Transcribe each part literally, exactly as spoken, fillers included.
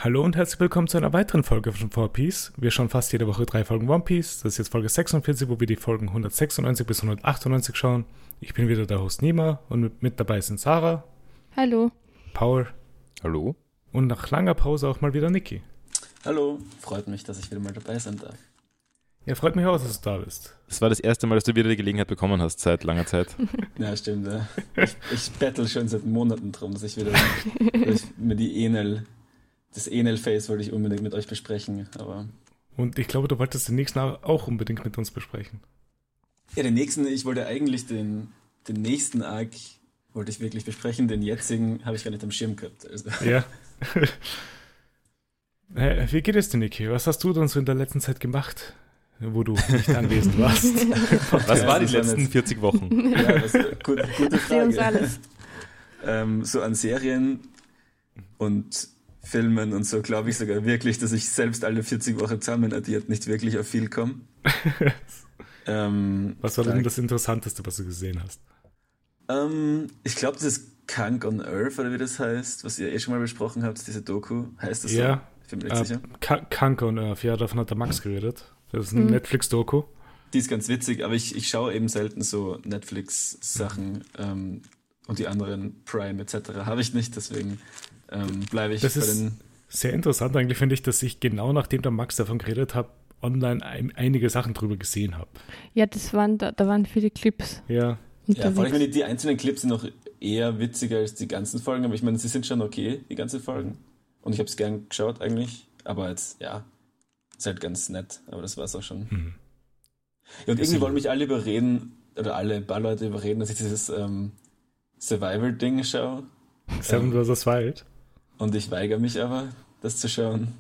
Hallo und herzlich willkommen zu einer weiteren Folge von four Piece. Wir schauen fast jede Woche drei Folgen One Piece. Das ist jetzt Folge sechsundvierzig, wo wir die Folgen hundertsechsundneunzig bis hundertachtundneunzig schauen. Ich bin wieder der Host Nima und mit, mit dabei sind Sarah. Hallo. Paul. Hallo. Und nach langer Pause auch mal wieder Niki. Hallo. Freut mich, dass ich wieder mal dabei sein darf. Ja, freut mich auch, dass du da bist. Es war das erste Mal, dass du wieder die Gelegenheit bekommen hast, seit langer Zeit. Ja, stimmt. Ja. Ich, ich battle schon seit Monaten drum, dass ich wieder dass ich mir die Enel, das Enel-Face wollte ich unbedingt mit euch besprechen. Aber Und ich glaube, du wolltest den nächsten auch unbedingt mit uns besprechen. ja, den nächsten, ich wollte eigentlich den, den nächsten Arc wollte ich wirklich besprechen, den jetzigen habe ich gar nicht am Schirm gehabt. Also. Ja. Wie geht es dir, Niki? Was hast du denn so in der letzten Zeit gemacht, wo du nicht anwesend warst? Was Ja, waren die das war letzten nicht- vierzig Wochen? Ja, das, gut, gute Erzähl uns Frage. alles. Ähm, so an Serien und Filmen und so glaube ich sogar wirklich, dass ich selbst alle vierzig Wochen zusammen addiert nicht wirklich auf viel komme. ähm, Was war da- denn das Interessanteste, was du gesehen hast? Ähm, ich glaube, das ist Kunk on Earth, oder wie das heißt, was ihr eh schon mal besprochen habt, diese Doku. Heißt das Ja. so? Ich bin mir nicht Äh, sicher. Ka- Kunk on Earth, ja, davon hat der Max geredet. Das ist ein Mhm. Netflix-Doku. Die ist ganz witzig, aber ich, ich schaue eben selten so Netflix-Sachen ähm, und die anderen Prime et cetera habe ich nicht, deswegen ähm, bleibe ich Das bei ist den... sehr interessant eigentlich, finde ich, dass ich genau nachdem der Max davon geredet hat, online ein, einige Sachen drüber gesehen habe. Ja, das waren, da, da waren viele Clips Ja, Ja, vor allem, unterwegs. die, die einzelnen Clips sind noch eher witziger als die ganzen Folgen, aber ich meine, sie sind schon okay, die ganzen Folgen. Und ich habe es gern geschaut eigentlich, aber jetzt, ja, ist halt ganz nett, aber das war's auch schon. Mhm. Ja, und irgendwie Bisschen- wollen mich alle überreden, oder alle ein paar Leute überreden, dass ich dieses ähm, Survivor-Ding schaue. Seven versus. Wild. Und ich weigere mich aber, das zu schauen.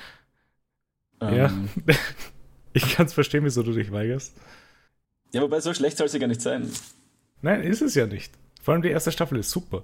Ja. Ähm, Ich kann es verstehen, wieso du dich weigerst. ja, wobei so schlecht soll es ja gar nicht sein. Nein, ist es ja nicht. Vor allem die erste Staffel ist super.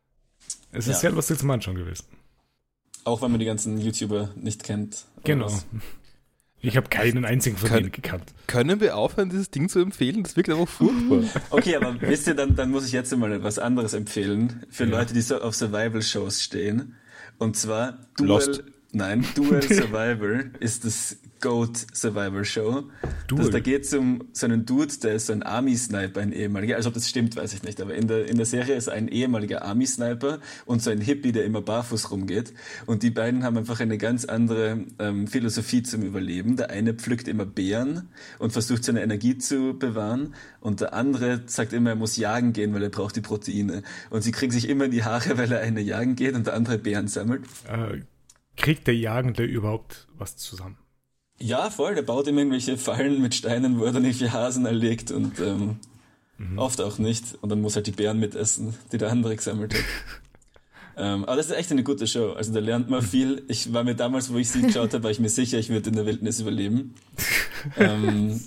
Es ist Ja. sehr lustig zum Anschauen gewesen. Auch wenn man die ganzen YouTuber nicht kennt. oder Genau. was. Ich habe keinen einzigen von Kann- denen gekannt. Können wir aufhören, dieses Ding zu empfehlen? Das wirkt einfach furchtbar. Okay, aber wisst ihr, dann, dann muss ich jetzt mal etwas anderes empfehlen für Ja. Leute, die so auf Survival-Shows stehen. Und zwar Duel, Lost. Nein, Duel Survivor ist das Goat Survivor Show. Duel. Das, da geht es um so einen Dude, der ist so ein Army-Sniper, ein ehemaliger. Also ob das stimmt, weiß ich nicht. Aber in der, in der Serie ist ein ehemaliger Army-Sniper und so ein Hippie, der immer barfuß rumgeht. Und die beiden haben einfach eine ganz andere ähm, Philosophie zum Überleben. Der eine pflückt immer Beeren und versucht seine Energie zu bewahren. Und der andere sagt immer, er muss jagen gehen, weil er braucht die Proteine. Und sie kriegen sich immer in die Haare, weil er eine jagen geht und der andere Beeren sammelt. Äh, kriegt der Jagende überhaupt was zusammen? Ja, voll. Der baut immer irgendwelche Fallen mit Steinen, wo er dann irgendwelche Hasen erlegt und ähm, oft auch nicht. Und dann muss halt die Beeren mitessen, die der andere gesammelt hat. ähm, aber das ist echt eine gute Show. Also da lernt man viel. Ich war mir damals, wo ich sie geschaut habe, war ich mir sicher, ich würde in der Wildnis überleben. ähm,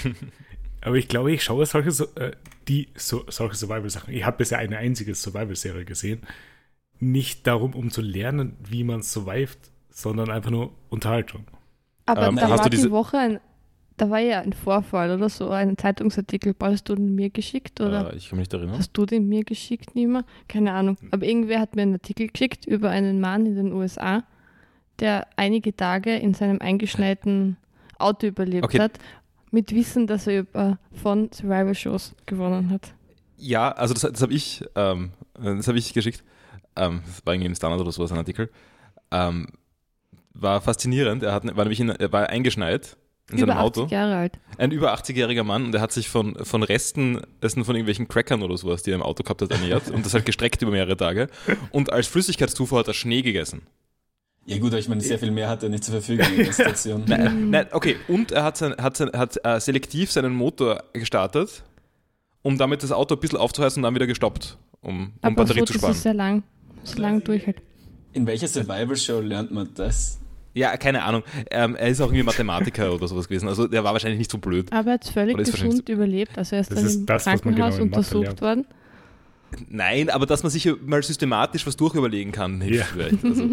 Aber ich glaube, ich schaue solche, so- äh, die, so, solche Survival-Sachen. Ich habe bisher eine einzige Survival-Serie gesehen. Nicht darum, um zu lernen, wie man survived, sondern einfach nur Unterhaltung. Aber Ähm, da hast war du die diese- Woche, ein, da war ja ein Vorfall oder so, ein Zeitungsartikel. Hast du den mir geschickt oder Äh, ich kann mich nicht erinnern. hast du den mir geschickt, Nima? Keine Ahnung. Aber irgendwer hat mir einen Artikel geschickt über einen Mann in den U S A, der einige Tage in seinem eingeschneiten Auto überlebt Okay. hat, mit Wissen, dass er über, von Survival-Shows gewonnen hat. Ja, also das, das habe ich, ähm, das habe ich geschickt. Ähm, das war irgendwie im Standard oder sowas, ein Artikel. Ähm, war faszinierend. Er hat, war nämlich in, er war eingeschneit in Über seinem Auto. achtzig Jahre alt. Ein über achtzigjähriger Mann und er hat sich von, von Resten Essen von irgendwelchen Crackern oder sowas, die er im Auto gehabt hat, ernährt und das halt gestreckt über mehrere Tage. Und als Flüssigkeitszufuhr hat er Schnee gegessen. ja gut, aber ich meine, sehr viel mehr hat er nicht zur Verfügung in der Station. Nein, nein, okay. Und er hat, sein, hat, sein, hat äh, selektiv seinen Motor gestartet, um damit das Auto ein bisschen aufzuheizen und dann wieder gestoppt, um, um Aber Batterie so, zu das sparen. ist sehr lang. So lang durch halt. In welcher Survival-Show lernt man das? Ja, keine Ahnung. Ähm, er ist auch irgendwie Mathematiker oder sowas gewesen. Also der war wahrscheinlich nicht so blöd. Aber er hat völlig Oder ist wahrscheinlich- gesund überlebt. Also er ist Das dann ist im das, was man Krankenhaus genau in Mathe untersucht lernt. worden. Nein, aber dass man sich mal systematisch was durchüberlegen kann, hilft Ja. vielleicht. Also,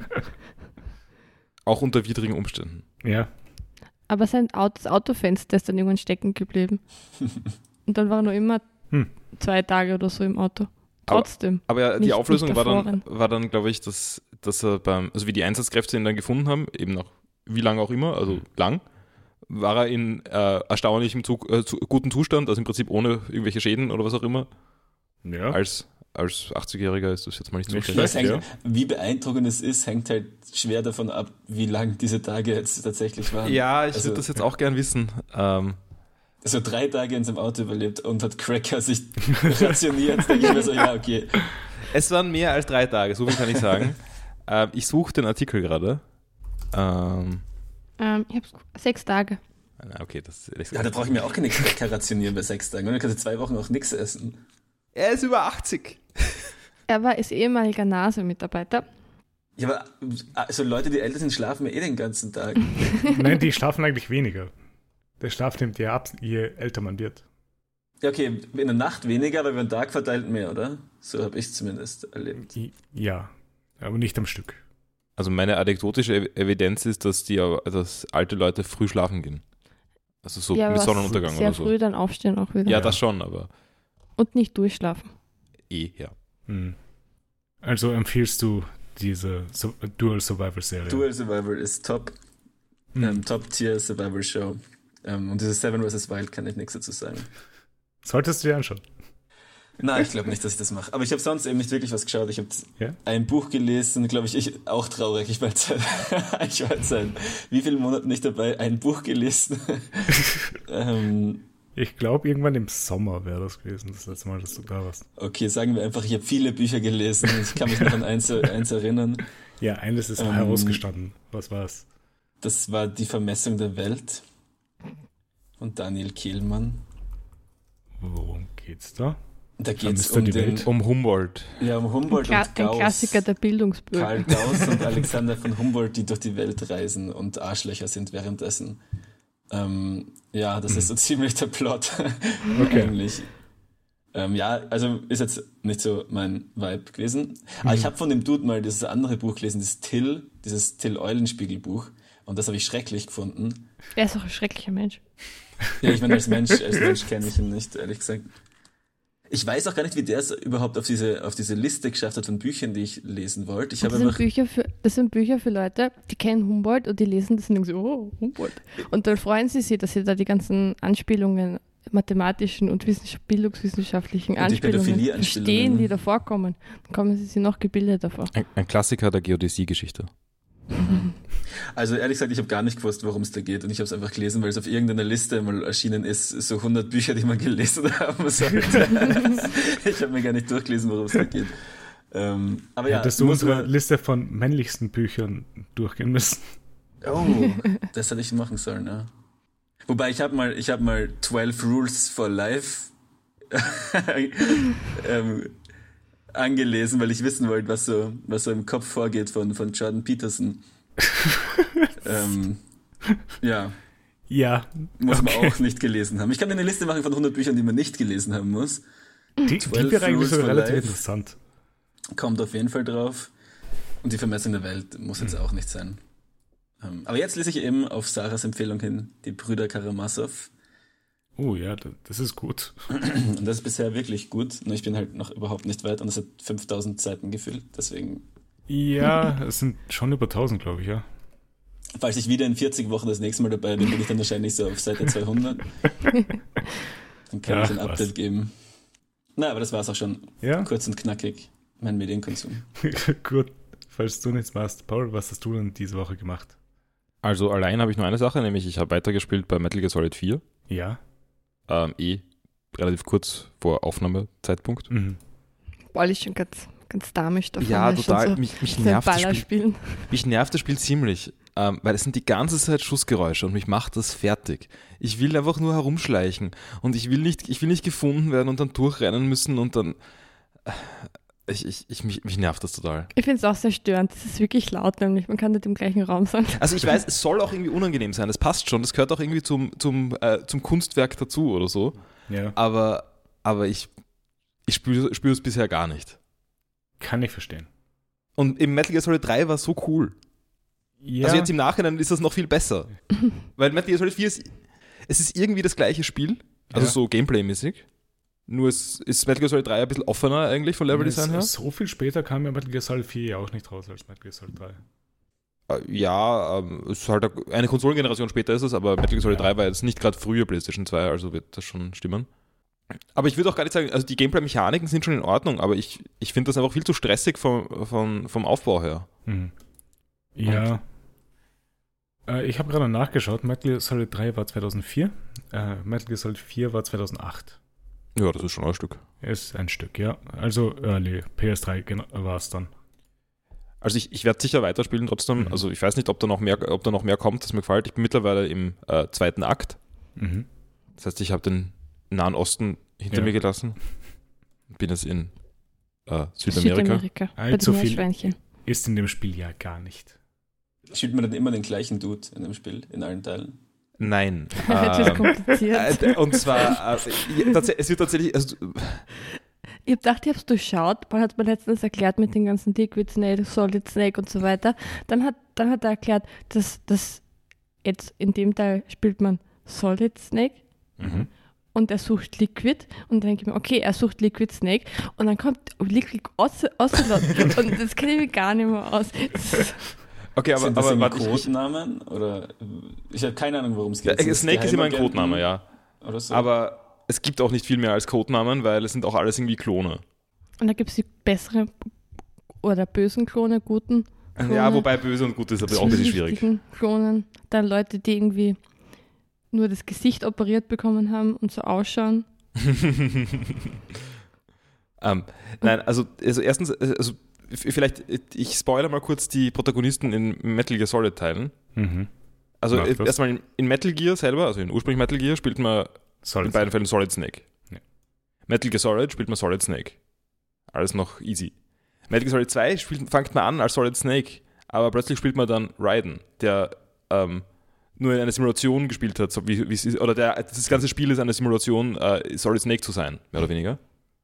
auch unter widrigen Umständen. Ja, Aber sein Auto, das Autofenster ist dann irgendwann stecken geblieben. Und dann war er noch immer Hm. zwei Tage oder so im Auto. Aber- Trotzdem. Aber ja, die Nicht- Auflösung nicht war dann, erfroren. war dann, glaube ich, dass dass er beim, also wie die Einsatzkräfte ihn dann gefunden haben, eben nach wie lange auch immer, also lang, war er in äh, erstaunlichem Zug, äh, zu, guten Zustand, also im Prinzip ohne irgendwelche Schäden oder was auch immer. Ja. Als, als achtzigjähriger ist das jetzt mal nicht so Nicht schlecht. Das hängt, ja. Wie beeindruckend es ist, hängt halt schwer davon ab, wie lang diese Tage jetzt tatsächlich waren. Ja, ich Also- würde das jetzt auch gern wissen. Ähm, So drei Tage in seinem Auto überlebt und hat Cracker sich rationiert. Denke ich mir so, ja, okay. es waren mehr als drei Tage, so viel kann ich sagen. ähm, ich suche den Artikel gerade. Ähm, Ähm, ich habe sechs Tage. na, okay, das ist Ja, da brauche ich mir auch keine Cracker rationieren bei sechs Tagen. Und dann kannst du zwei Wochen auch nichts essen. Er ist über achtzig. Er war als ehemaliger NASA-Mitarbeiter. Ja, aber also Leute, die älter sind, schlafen ja eh den ganzen Tag. Nein, die schlafen eigentlich weniger. Der Schlaf nimmt ja ab, je älter man wird. Ja, okay, in der Nacht weniger, aber über den Tag verteilt mehr, oder? So habe ich es zumindest erlebt. I- Ja, aber nicht am Stück. Also meine anekdotische Ev- Evidenz ist, dass die, dass alte Leute früh schlafen gehen. Also so ja, mit aber Sonnenuntergang sehr oder so. früh dann aufstehen auch wieder. Ja, Ja. das schon, aber Und nicht durchschlafen. eh, ja. Hm. Also empfiehlst du diese so Dual Survival Serie? Dual Survivor ist top. Hm. Ähm, Top-Tier Survivor Show. Ähm, und diese Seven versus. Wild kann ich nichts dazu sagen. Solltest du dir anschauen. Nein, ich glaube nicht, dass ich das mache. Aber ich habe sonst eben nicht wirklich was geschaut. Ich habe Ja? ein Buch gelesen, glaube ich, ich auch traurig. Ich war jetzt seit, ich war jetzt seit wie vielen Monaten nicht dabei, ein Buch gelesen. ähm, Ich glaube, irgendwann im Sommer wäre das gewesen, das letzte Mal, dass du da warst. okay, sagen wir einfach, ich habe viele Bücher gelesen. Ich kann mich noch an eins, eins erinnern. Ja, eines ist Ähm. herausgestanden. Was war's? Das war Die Vermessung der Welt von Daniel Kehlmann. Worum geht's da? Da geht es Vermisst er um die den, Welt? Um Humboldt. ja, um Humboldt Kla und ein Gauss. Klassiker der Bildungsbögen. Karl Gauss und Alexander von Humboldt, die durch die Welt reisen und Arschlöcher sind währenddessen. Ähm, ja, das ist so ziemlich der Plot Okay. eigentlich. Ähm, ja, also ist jetzt nicht so mein Vibe gewesen. Aber ich habe von dem Dude mal dieses andere Buch gelesen, das Till, dieses Till Eulenspiegel-Buch. Und das habe ich schrecklich gefunden. Er ist auch ein schrecklicher Mensch. Ja, ich meine, als Mensch, als Mensch kenne ich ihn nicht, ehrlich gesagt. Ich weiß auch gar nicht, wie der es überhaupt auf diese, auf diese Liste geschafft hat von Büchern, die ich lesen wollte. Ich Das habe sind, einfach, Bücher für, das sind Bücher für Leute, die kennen Humboldt und die lesen das und denken so, oh, Humboldt. Und dann freuen sie sich, dass sie da die ganzen Anspielungen, mathematischen und Wissenschaft, bildungswissenschaftlichen Und die Anspielungen Pädophilie-Anspielungen, verstehen, ne? die da vorkommen. Dann kommen sie sich noch gebildeter vor. Ein, ein Klassiker der Geodäsie-Geschichte. also ehrlich gesagt, ich habe gar nicht gewusst, worum es da geht. Und ich habe es einfach gelesen, weil es auf irgendeiner Liste mal erschienen ist, so hundert Bücher, die man gelesen haben sollte. Ich habe mir gar nicht durchgelesen, worum es da geht. Ähm, aber ja, Hättest du muss unsere man, Liste von männlichsten Büchern durchgehen müssen? oh, das hätte ich machen sollen, ja. Wobei, ich habe mal, ich habe mal twelve Rules for Life ähm, angelesen, weil ich wissen wollte, was so, was so im Kopf vorgeht von, von Jordan Peterson. ähm, ja, Ja. muss man okay. auch nicht gelesen haben. Ich kann dir eine Liste machen von hundert Büchern, die man nicht gelesen haben muss. Die, die twelve wäre eigentlich Rules so for relativ Life. interessant. Kommt auf jeden Fall drauf. Und die Vermessung der Welt muss jetzt auch nicht sein. Ähm, aber jetzt lese ich eben auf Sarahs Empfehlung hin die Brüder Karamazov. Oh ja, da- das ist gut. Und das ist bisher wirklich gut. Nur ich bin halt noch überhaupt nicht weit und es hat fünftausend Seiten gefüllt. Deswegen, Ja, es sind schon über tausend, glaube ich, ja. falls ich wieder in vierzig Wochen das nächste Mal dabei bin, bin ich dann wahrscheinlich so auf Seite zweihundert. Dann kann Ja, ich ein was. Update geben. Na, aber das war's auch schon. Ja, Kurz und knackig. Mein Medienkonsum. gut. Falls du nichts machst, Paul, was hast du denn diese Woche gemacht? Also allein habe ich nur eine Sache, nämlich ich habe weitergespielt bei Metal Gear Solid vier. Ja. Ähm, eh relativ kurz vor Aufnahmezeitpunkt. Mhm. Paul ist schon ganz, ganz damisch davon. Ja, er ist total. schon so mich, mich, sein nervt das Baller Spiel, spielen. mich nervt das Spiel ziemlich, ähm, weil es sind die ganze Zeit Schussgeräusche und mich macht das fertig. Ich will einfach nur herumschleichen und ich will nicht, ich will nicht gefunden werden und dann durchrennen müssen und dann... Äh, ich, ich, ich, mich, mich nervt das total. Ich finde es auch sehr störend. Das ist wirklich laut, nämlich man kann nicht im gleichen Raum sein. Also ich weiß, es soll auch irgendwie unangenehm sein, das passt schon, das gehört auch irgendwie zum, zum, äh, zum Kunstwerk dazu oder so, Ja, aber, aber ich, ich spüre spür es bisher gar nicht. kann ich verstehen. Und im Metal Gear Solid drei war es so cool. Ja, Also jetzt im Nachhinein ist das noch viel besser. Weil Metal Gear Solid vier ist, es ist irgendwie das gleiche Spiel, also Ja. so Gameplay-mäßig, Nur es ist Metal Gear Solid drei ein bisschen offener eigentlich von Level-Design her. So viel später kam ja Metal Gear Solid vier ja auch nicht raus als Metal Gear Solid drei. Ja, ähm, es ist halt eine Konsolengeneration später ist es, aber Metal Gear Solid ja. drei war jetzt nicht gerade früher PlayStation zwei, also wird das schon stimmen. Aber ich würde auch gar nicht sagen, also die Gameplay-Mechaniken sind schon in Ordnung, aber ich, ich finde das einfach viel zu stressig vom, vom, vom Aufbau her. Mhm. Ja. Äh, ich habe gerade nachgeschaut, Metal Gear Solid drei war zweitausendvier, äh, Metal Gear Solid vier war zweitausendacht. Ja, das ist schon ein Stück. Ist ein Stück, ja. Also Early, P S drei war es dann. Also ich, ich werde sicher weiterspielen trotzdem. Mhm. Also ich weiß nicht, ob da noch mehr, ob da noch mehr kommt, das mir gefällt. Ich bin mittlerweile im äh, zweiten Akt. Mhm. Das heißt, ich habe den Nahen Osten hinter ja. mir gelassen. Bin jetzt in äh, Südamerika. Südamerika. Allzu viel ist in dem Spiel ja gar nicht. Spielt man dann immer den gleichen Dude in dem Spiel, in allen Teilen? Nein. Das ist kompliziert. Äh, und zwar, äh, es wird tatsächlich... Also, ich habe gedacht, ich habe es durchschaut. Man hat mir letztens erklärt mit den ganzen Liquid Snake, Solid Snake und so weiter. Dann hat, dann hat er erklärt, dass, dass jetzt in dem Teil spielt man Solid Snake mhm. und er sucht Liquid. Und dann denke ich mir, okay, er sucht Liquid Snake und dann kommt Liquid Ocelot und das kenne ich mir gar nicht mehr aus. Okay, aber, sind das aber immer Codenamen? Oder ich habe keine Ahnung, worum es geht. Ja, Snake ist immer ein Codename, ja. Oder so. Aber es gibt auch nicht viel mehr als Codenamen, weil es sind auch alles irgendwie Klone. Und da gibt es die besseren oder bösen Klone, guten Klone. Ja, wobei böse und gut ist aber auch ein bisschen schwierig. Klonen. Dann Leute, die irgendwie nur das Gesicht operiert bekommen haben und so ausschauen. um, nein, also, also erstens, also vielleicht, ich spoilere mal kurz die Protagonisten in Metal Gear Solid Teilen. Mhm. Also erstmal in, in Metal Gear selber, also in ursprünglich Metal Gear spielt man Solid in beiden Fällen Solid Snake. Ja. Metal Gear Solid spielt man Solid Snake. Alles noch easy. Metal Gear Solid zwei spielt, fängt man an als Solid Snake, aber plötzlich spielt man dann Raiden, der ähm, nur in einer Simulation gespielt hat, so wie, wie es ist, oder der, das ganze Spiel ist eine Simulation, äh, Solid Snake zu sein, mehr oder weniger.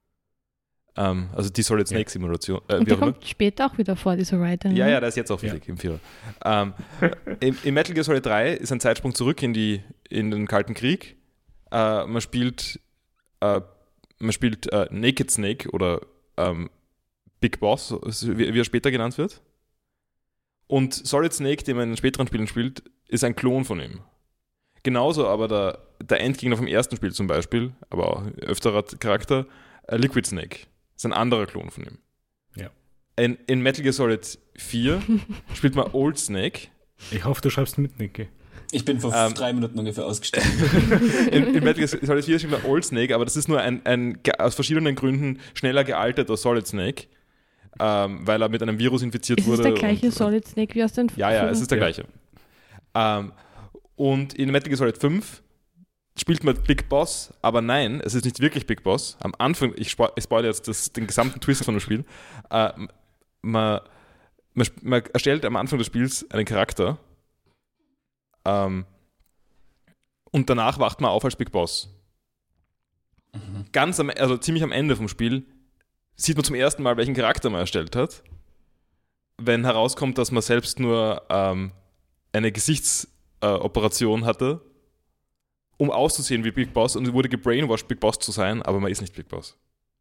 Ähm, also die Solid Snake Simulation. Äh, Und der kommt später auch wieder vor, dieser Raiden. Ja, ja, der ist jetzt auch wichtig ja. im Vierer. Ähm, im, Im Metal Gear Solid drei ist ein Zeitsprung zurück in, die, in den Kalten Krieg. Uh, man spielt, uh, man spielt uh, Naked Snake oder um, Big Boss, wie, wie er später genannt wird. Und Solid Snake, den man in den späteren Spielen spielt, ist ein Klon von ihm. Genauso aber der, der Endgegner vom ersten Spiel zum Beispiel, aber auch öfterer Charakter, uh, Liquid Snake, ist ein anderer Klon von ihm. Ja. In, in Metal Gear Solid vier spielt man Old Snake. Ich hoffe, du schreibst mit, Niki. Ich bin vor ähm, drei Minuten ungefähr ausgestiegen. in, in Metal Gear Solid vier spielt man Old Snake, aber das ist nur ein, ein aus verschiedenen Gründen schneller gealterter Solid Snake, ähm, weil er mit einem Virus infiziert ist wurde. Ist es der gleiche und, Solid Snake wie aus den Ja, ja, es ist der ja. gleiche. Ähm, und in Metal Gear Solid fünf spielt man Big Boss, aber nein, es ist nicht wirklich Big Boss. Am Anfang, ich, spo- ich spoilere jetzt das, den gesamten Twist von dem Spiel, äh, man, man, man erstellt am Anfang des Spiels einen Charakter, Ähm, und danach wacht man auf als Big Boss. Mhm. Ganz am, also ziemlich am Ende vom Spiel sieht man zum ersten Mal, welchen Charakter man erstellt hat, wenn herauskommt, dass man selbst nur ähm, eine Gesichtsoperation äh, hatte, um auszusehen wie Big Boss, und wurde gebrainwashed, Big Boss zu sein, aber man ist nicht Big Boss.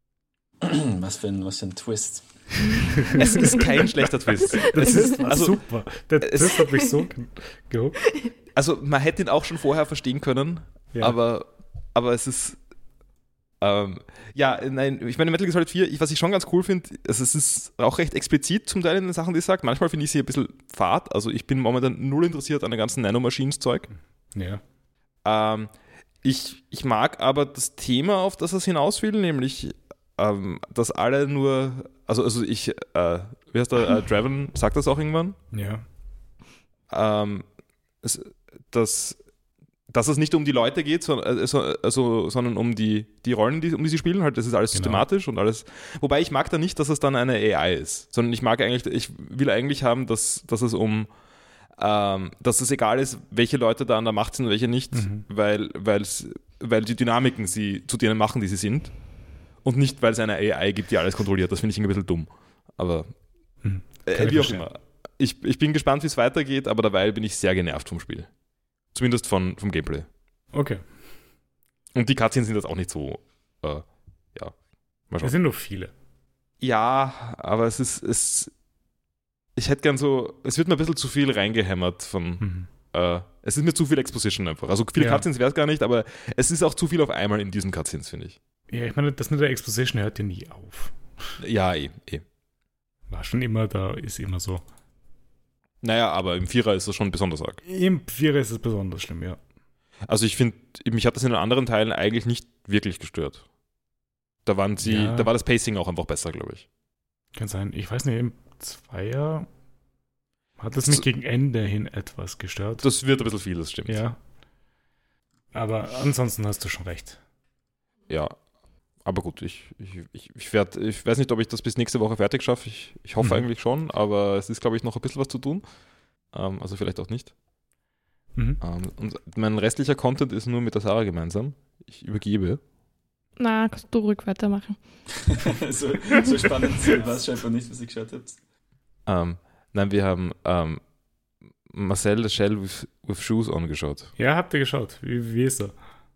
Was für ein, was für ein Twist. Es ist kein schlechter Twist. Das ist also, super. Der Twist hat mich so gehuckt. Also man hätte ihn auch schon vorher verstehen können, ja. aber, aber es ist ähm, ja, nein, ich meine Metal Gear Solid vier, ich, was ich schon ganz cool finde, also es ist auch recht explizit zum Teil in den Sachen, die es sagt. Manchmal finde ich sie ein bisschen fad, also ich bin momentan null interessiert an dem ganzen Nanomachines-Zeug. Ja. Ähm, ich, ich mag aber das Thema, auf das es hinaus will, nämlich ähm, dass alle nur, also, also ich, äh, wie heißt der, äh, Draven sagt das auch irgendwann? Ja. Ähm, es, dass, dass es nicht um die Leute geht, sondern, also, also, sondern um die, die Rollen, die, um die sie spielen. Halt, das ist alles genau. systematisch und alles. Wobei ich mag da nicht, dass es dann eine A I ist, sondern ich mag eigentlich, ich will eigentlich haben, dass, dass es um ähm, dass es egal ist, welche Leute da an der Macht sind und welche nicht, mhm. weil, weil die Dynamiken sie zu denen machen, die sie sind. Und nicht, weil es eine A I gibt, die alles kontrolliert. Das finde ich ein bisschen dumm. Aber hm. äh, wie auch immer. Ich, ich bin gespannt, wie es weitergeht, aber dabei bin ich sehr genervt vom Spiel. Zumindest von, vom Gameplay. Okay. Und die Cutscenes sind jetzt auch nicht so äh, ja, mal Es schauen. sind nur viele. Ja, aber es ist, es, ich hätte gern so, es wird mir ein bisschen zu viel reingehämmert von, Mhm. äh, es ist mir zu viel Exposition einfach. Also viele Ja. Cutscenes wäre es gar nicht, aber es ist auch zu viel auf einmal in diesen Cutscenes, finde ich. Ja, ich meine, das mit der Exposition hört ja nie auf. Ja, eh, eh. War schon immer da, ist immer so. Naja, aber im Vierer ist das schon besonders arg. Im Vierer ist es besonders schlimm, ja. Also ich finde, mich hat das in den anderen Teilen eigentlich nicht wirklich gestört. Da waren sie, Ja. da war das Pacing auch einfach besser, glaube ich. Kann sein. Ich weiß nicht, im Zweier hat es mich So- gegen Ende hin etwas gestört. Das wird ein bisschen viel, das stimmt. Ja. Aber ansonsten hast du schon recht. Ja. Aber gut, ich, ich, ich, ich, werd, ich weiß nicht, ob ich das bis nächste Woche fertig schaffe. Ich, ich hoffe Mhm. eigentlich schon, aber es ist, glaube ich, noch ein bisschen was zu tun. Ähm, also vielleicht auch nicht. Mhm. Ähm, und mein restlicher Content ist nur mit der Sarah gemeinsam. Ich übergebe. Na, kannst du ruhig weitermachen. so, so spannend war es scheinbar nicht, was ich geschaut habe. Ähm, nein, wir haben ähm, Marcel the Shell with, with Shoes angeschaut. Ja, habt ihr geschaut? Wie, wie ist er?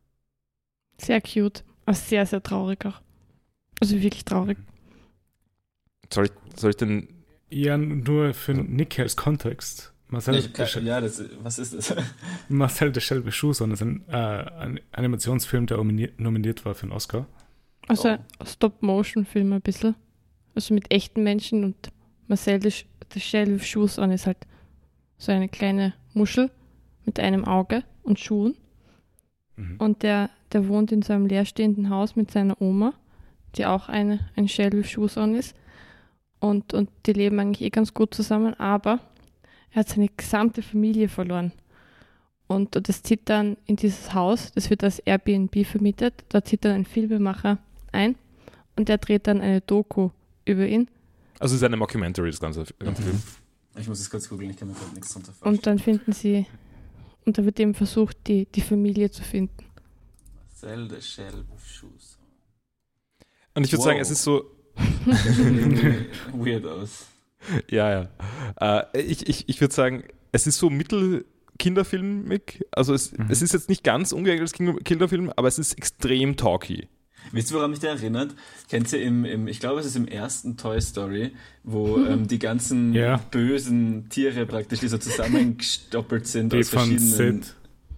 Sehr cute. Aber sehr, sehr traurig auch. Also wirklich traurig. Soll ich, soll ich denn Ja, nur für Nick als Kontext. Marcel, Ich, kann- ja, das, was ist das? Marcel de Shell with Shoes ist ein, äh, ein Animationsfilm, der nominiert, nominiert war für einen Oscar. Also Oh. ein Stop-Motion-Film ein bisschen. Also mit echten Menschen und Marcel the, Sh- the Shell with Shoes on ist halt so eine kleine Muschel mit einem Auge und Schuhen. Mhm. Und der, der wohnt in so einem leerstehenden Haus mit seiner Oma, die auch eine, ein Shell with Shoes on ist. Und, und die leben eigentlich eh ganz gut zusammen, aber er hat seine gesamte Familie verloren. Und, und das zieht dann in dieses Haus, das wird als Airbnb vermietet, da zieht dann ein Filmemacher ein und der dreht dann eine Doku über ihn. Also es ist eine Mockumentary, das ganze, ganze Film. Ich muss es kurz googeln, ich kann mir gerade nichts drunter vorstellen. Und dann finden sie, und da wird eben versucht, die, die Familie zu finden. Marcel the Shell with Shoes. Und ich würde Wow. sagen, es ist so, Irgendwie weird aus. ja, ja. Äh, ich ich, ich würde sagen, es ist so mittel-Kinderfilmig. Also es, Mhm. es ist jetzt nicht ganz ungeeignetes Kin- Kinderfilm, aber es ist extrem talky. Wisst ihr, woran mich der erinnert? Kennt ihr im, im ich glaube, es ist im ersten Toy Story, wo ähm, die ganzen Ja. bösen Tiere praktisch, die so zusammengestoppelt sind Die aus von verschiedenen... Sid.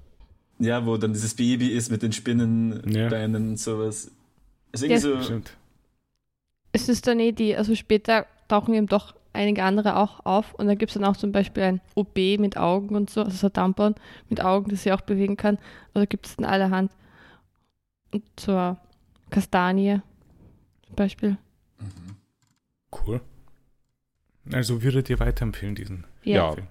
Ja, wo dann dieses Baby ist mit den Spinnenbeinen Ja. und sowas. Also irgendwie Ja. so... Stimmt. Es ist dann eh die, also später tauchen eben doch einige andere auch auf und dann gibt es dann auch zum Beispiel ein O B mit Augen und so, also so ein Tampon mit Augen, das sie auch bewegen kann. Also gibt es dann allerhand. Und so eine Kastanie zum Beispiel. Mhm. Cool. Also würdet ihr weiterempfehlen, diesen Ja. Film?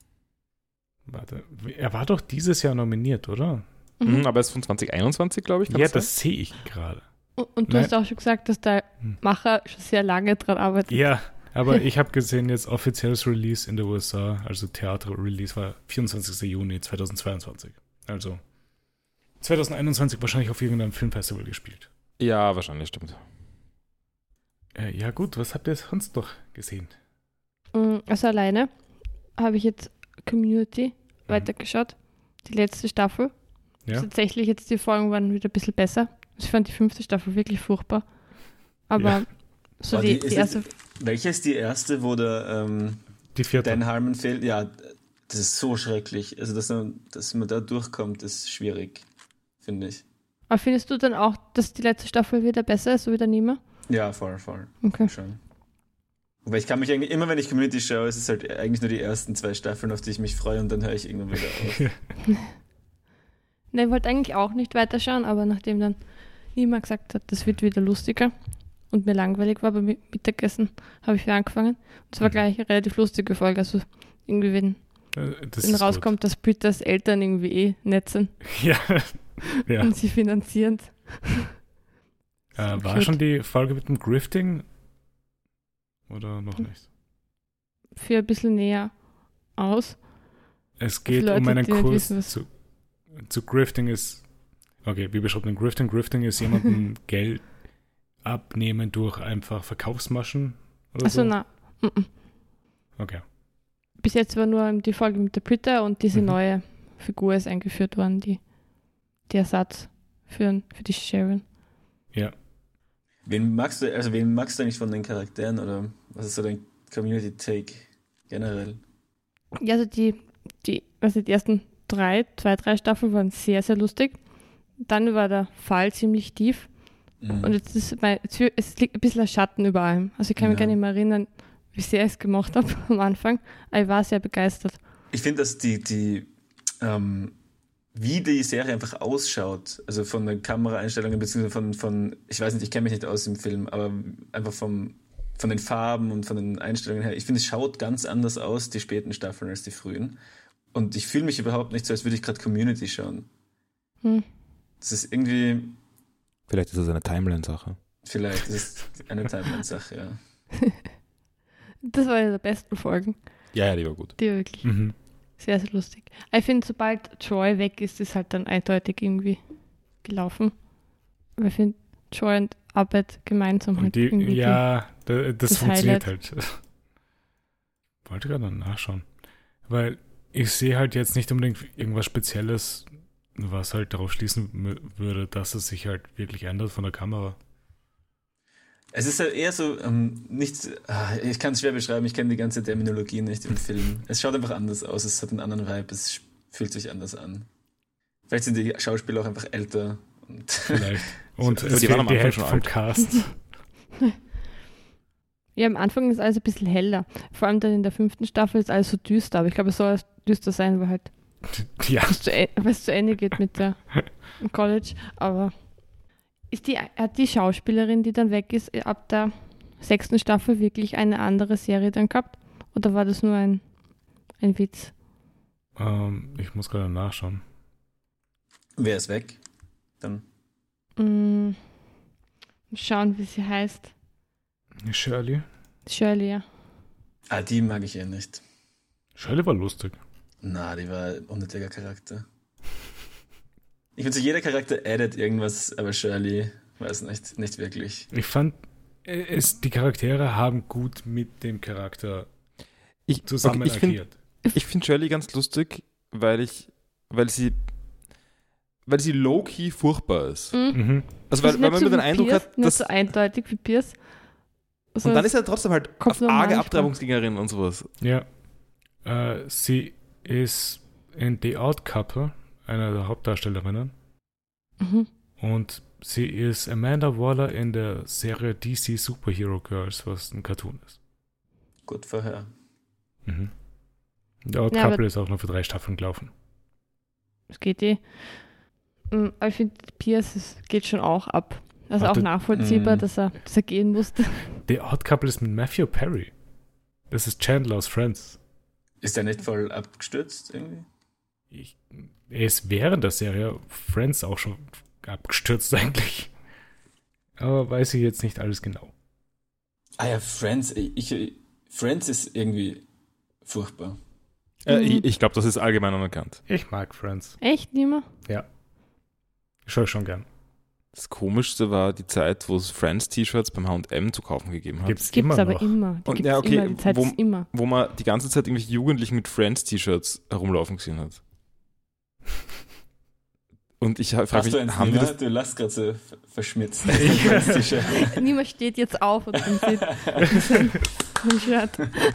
Warte, er war doch dieses Jahr nominiert, oder? Mhm. Mhm, aber es ist von zwanzig einundzwanzig, glaube ich. kann Ja, sein? das sehe ich gerade. Und, und du Nein. hast auch schon gesagt, dass der Hm. Macher schon sehr lange dran arbeitet. Ja, aber ich habe gesehen, jetzt offizielles Release in der U S A, also Theater-Release war vierundzwanzigster Juni zweitausendzweiundzwanzig. Also zweitausendeinundzwanzig wahrscheinlich auf irgendeinem Filmfestival gespielt. Ja, wahrscheinlich, stimmt. Äh, ja gut, was habt ihr sonst noch gesehen? Mm, Also alleine habe ich jetzt Community weitergeschaut. Die letzte Staffel. Ja? Tatsächlich jetzt die Folgen waren wieder ein bisschen besser. Ich fand die fünfte Staffel wirklich furchtbar. Aber Ja. so War die, die- die ist es- erste. Welche ist die erste, wo der ähm, Die vierte. Dan Harmon fehlt? Ja, das ist so schrecklich. Also, dass man, dass man da durchkommt, ist schwierig, finde ich. Aber findest du dann auch, dass die letzte Staffel wieder besser ist, so wie der Nima? Ja, voll, voll. Okay. Schon. Wobei ich kann mich eigentlich, immer wenn ich Community schaue, ist es halt eigentlich nur die ersten zwei Staffeln, auf die ich mich freue und dann höre ich irgendwann wieder auf. Ne, ich wollte eigentlich auch nicht weiterschauen, aber nachdem dann Nima gesagt hat, das wird wieder lustiger und mir langweilig war beim Mi- Mittagessen, habe ich wieder angefangen. Und es war Mhm. gleich eine relativ lustige Folge. Also irgendwie, wenn, Äh, das wenn ist rauskommt, dass Britas Eltern irgendwie eh nett sind Gut. Ja. ja. und sie finanzieren. Äh, war Cute. schon die Folge mit dem Grifting? Oder noch nicht? Für ein bisschen näher aus. Es geht Leute, um einen die nicht Kurs wissen, was- zu, zu Grifting ist. Okay, wie beschreibt man Grifting? Grifting ist jemandem Geld abnehmen durch einfach Verkaufsmaschen oder Also so. na, mm, mm. Okay. bis jetzt war nur die Folge mit der Britta und diese Mhm. neue Figur ist eingeführt worden, die, die Ersatz für, für die Sharon. Ja. Wen magst du, also wen magst du eigentlich von den Charakteren oder was ist so dein Community-Take generell? Ja, also die, die, also die ersten drei, zwei, drei Staffeln waren sehr, sehr lustig. Dann war der Fall ziemlich tief. Mhm. Und jetzt ist mein, jetzt, es liegt ein bisschen ein Schatten über allem. Also ich kann mich Ja. gar nicht mehr erinnern, wie sehr ich es gemacht habe am Anfang. Aber ich war sehr begeistert. Ich finde, dass die, die ähm, wie die Serie einfach ausschaut, also von den Kameraeinstellungen, beziehungsweise von, von ich weiß nicht, ich kenne mich nicht aus im Film, aber einfach vom, von den Farben und von den Einstellungen her, ich finde, es schaut ganz anders aus, die späten Staffeln, als die frühen. Und ich fühle mich überhaupt nicht so, als würde ich gerade Community schauen. Hm. Das ist irgendwie, Vielleicht ist das eine Timeline-Sache. vielleicht, das ist eine Timeline-Sache, ja. Das war eine der besten Folgen. Ja, ja, die war gut. Die war wirklich Mhm. sehr, sehr lustig. Ich finde, sobald Troy weg ist, ist halt dann eindeutig irgendwie gelaufen. Aber ich finde, Troy und Abed gemeinsam halt Und die, irgendwie. ja, da, das, das funktioniert Highlight. halt. Wollte gerade nachschauen. Weil ich sehe halt jetzt nicht unbedingt irgendwas Spezielles, was halt darauf schließen mü- würde, dass es sich halt wirklich ändert von der Kamera. Es ist halt eher so, ähm, nicht, ah, ich kann es schwer beschreiben, ich kenne die ganze Terminologie nicht im Film. Es schaut einfach anders aus, es hat einen anderen Vibe, es fühlt sich anders an. Vielleicht sind die Schauspieler auch einfach älter. Und Vielleicht. Und Aber es die waren fehlt am die Anfang Hälfte schon vom alt. Cast. Ja, am Anfang ist alles ein bisschen heller. Vor allem dann in der fünften Staffel ist alles so düster. Aber ich glaube, es soll alles düster sein, weil halt Ja, es zu, e- weil es zu Ende geht mit der im College. Aber ist die, hat die Schauspielerin, die dann weg ist, ab der sechsten Staffel wirklich eine andere Serie dann gehabt? Oder war das nur ein, ein Witz? ähm, ich muss gerade nachschauen. wer ist weg? Dann. Mm, schauen, wie sie heißt. Shirley? Shirley, ja. Ah, die mag ich eh nicht. Shirley war lustig. Na, die war ein unnötiger Charakter. Ich finde so, jeder Charakter addet irgendwas, aber Shirley weiß nicht, nicht wirklich. Ich fand, äh, es, die Charaktere haben gut mit dem Charakter Ich, zusammen okay, ich finde agiert. ich find Shirley ganz lustig, weil ich, weil sie, weil sie low-key furchtbar ist. Mhm. Mhm. Also weil, Ist weil nicht man so immer den wie Eindruck Pierce, hat, nicht dass so eindeutig wie Pierce. Also und dann ist er trotzdem halt kommt auf nur arge manchmal. Abtreibungsgängerin und sowas. Ja. Äh, sie ist in The Odd Couple eine der Hauptdarstellerinnen. Mhm. Und sie ist Amanda Waller in der Serie D C Superhero Girls, was ein Cartoon ist. Gut vorher. Mhm. The Odd Ja, Couple aber- ist auch nur für drei Staffeln gelaufen. Es geht eh. Mm, Aber ich finde, Pierce es geht schon auch ab. Also Warte. auch nachvollziehbar, Mm. dass er, dass er gehen musste. The Odd Couple ist mit Matthew Perry. Das ist Chandler aus Friends. Ist der nicht voll abgestürzt irgendwie? Ich, er ist während der Serie Friends auch schon abgestürzt eigentlich. Aber weiß ich jetzt nicht alles genau. Ah ja, Friends. Ich, ich, Friends ist irgendwie furchtbar. Äh, Mhm. ich ich glaube, das ist allgemein anerkannt. Ich mag Friends. Echt nicht mehr? Ich schaue schon gern. Das Komischste war die Zeit, wo es Friends-T-Shirts beim H und M zu kaufen gegeben hat. Gibt's Gibt es immer aber noch. immer. Die Und gibt's ja, okay, immer. Die Zeit wo- ist immer. Wo man die ganze Zeit irgendwelche Jugendlichen mit Friends-T-Shirts herumlaufen gesehen hat. Und ich frage Hast mich, du eins, haben die Nina? das... Du lachst gerade so ver- verschmitzt. Friends-T-Shirt. Niemand steht jetzt auf und dann sieht sein Shirt.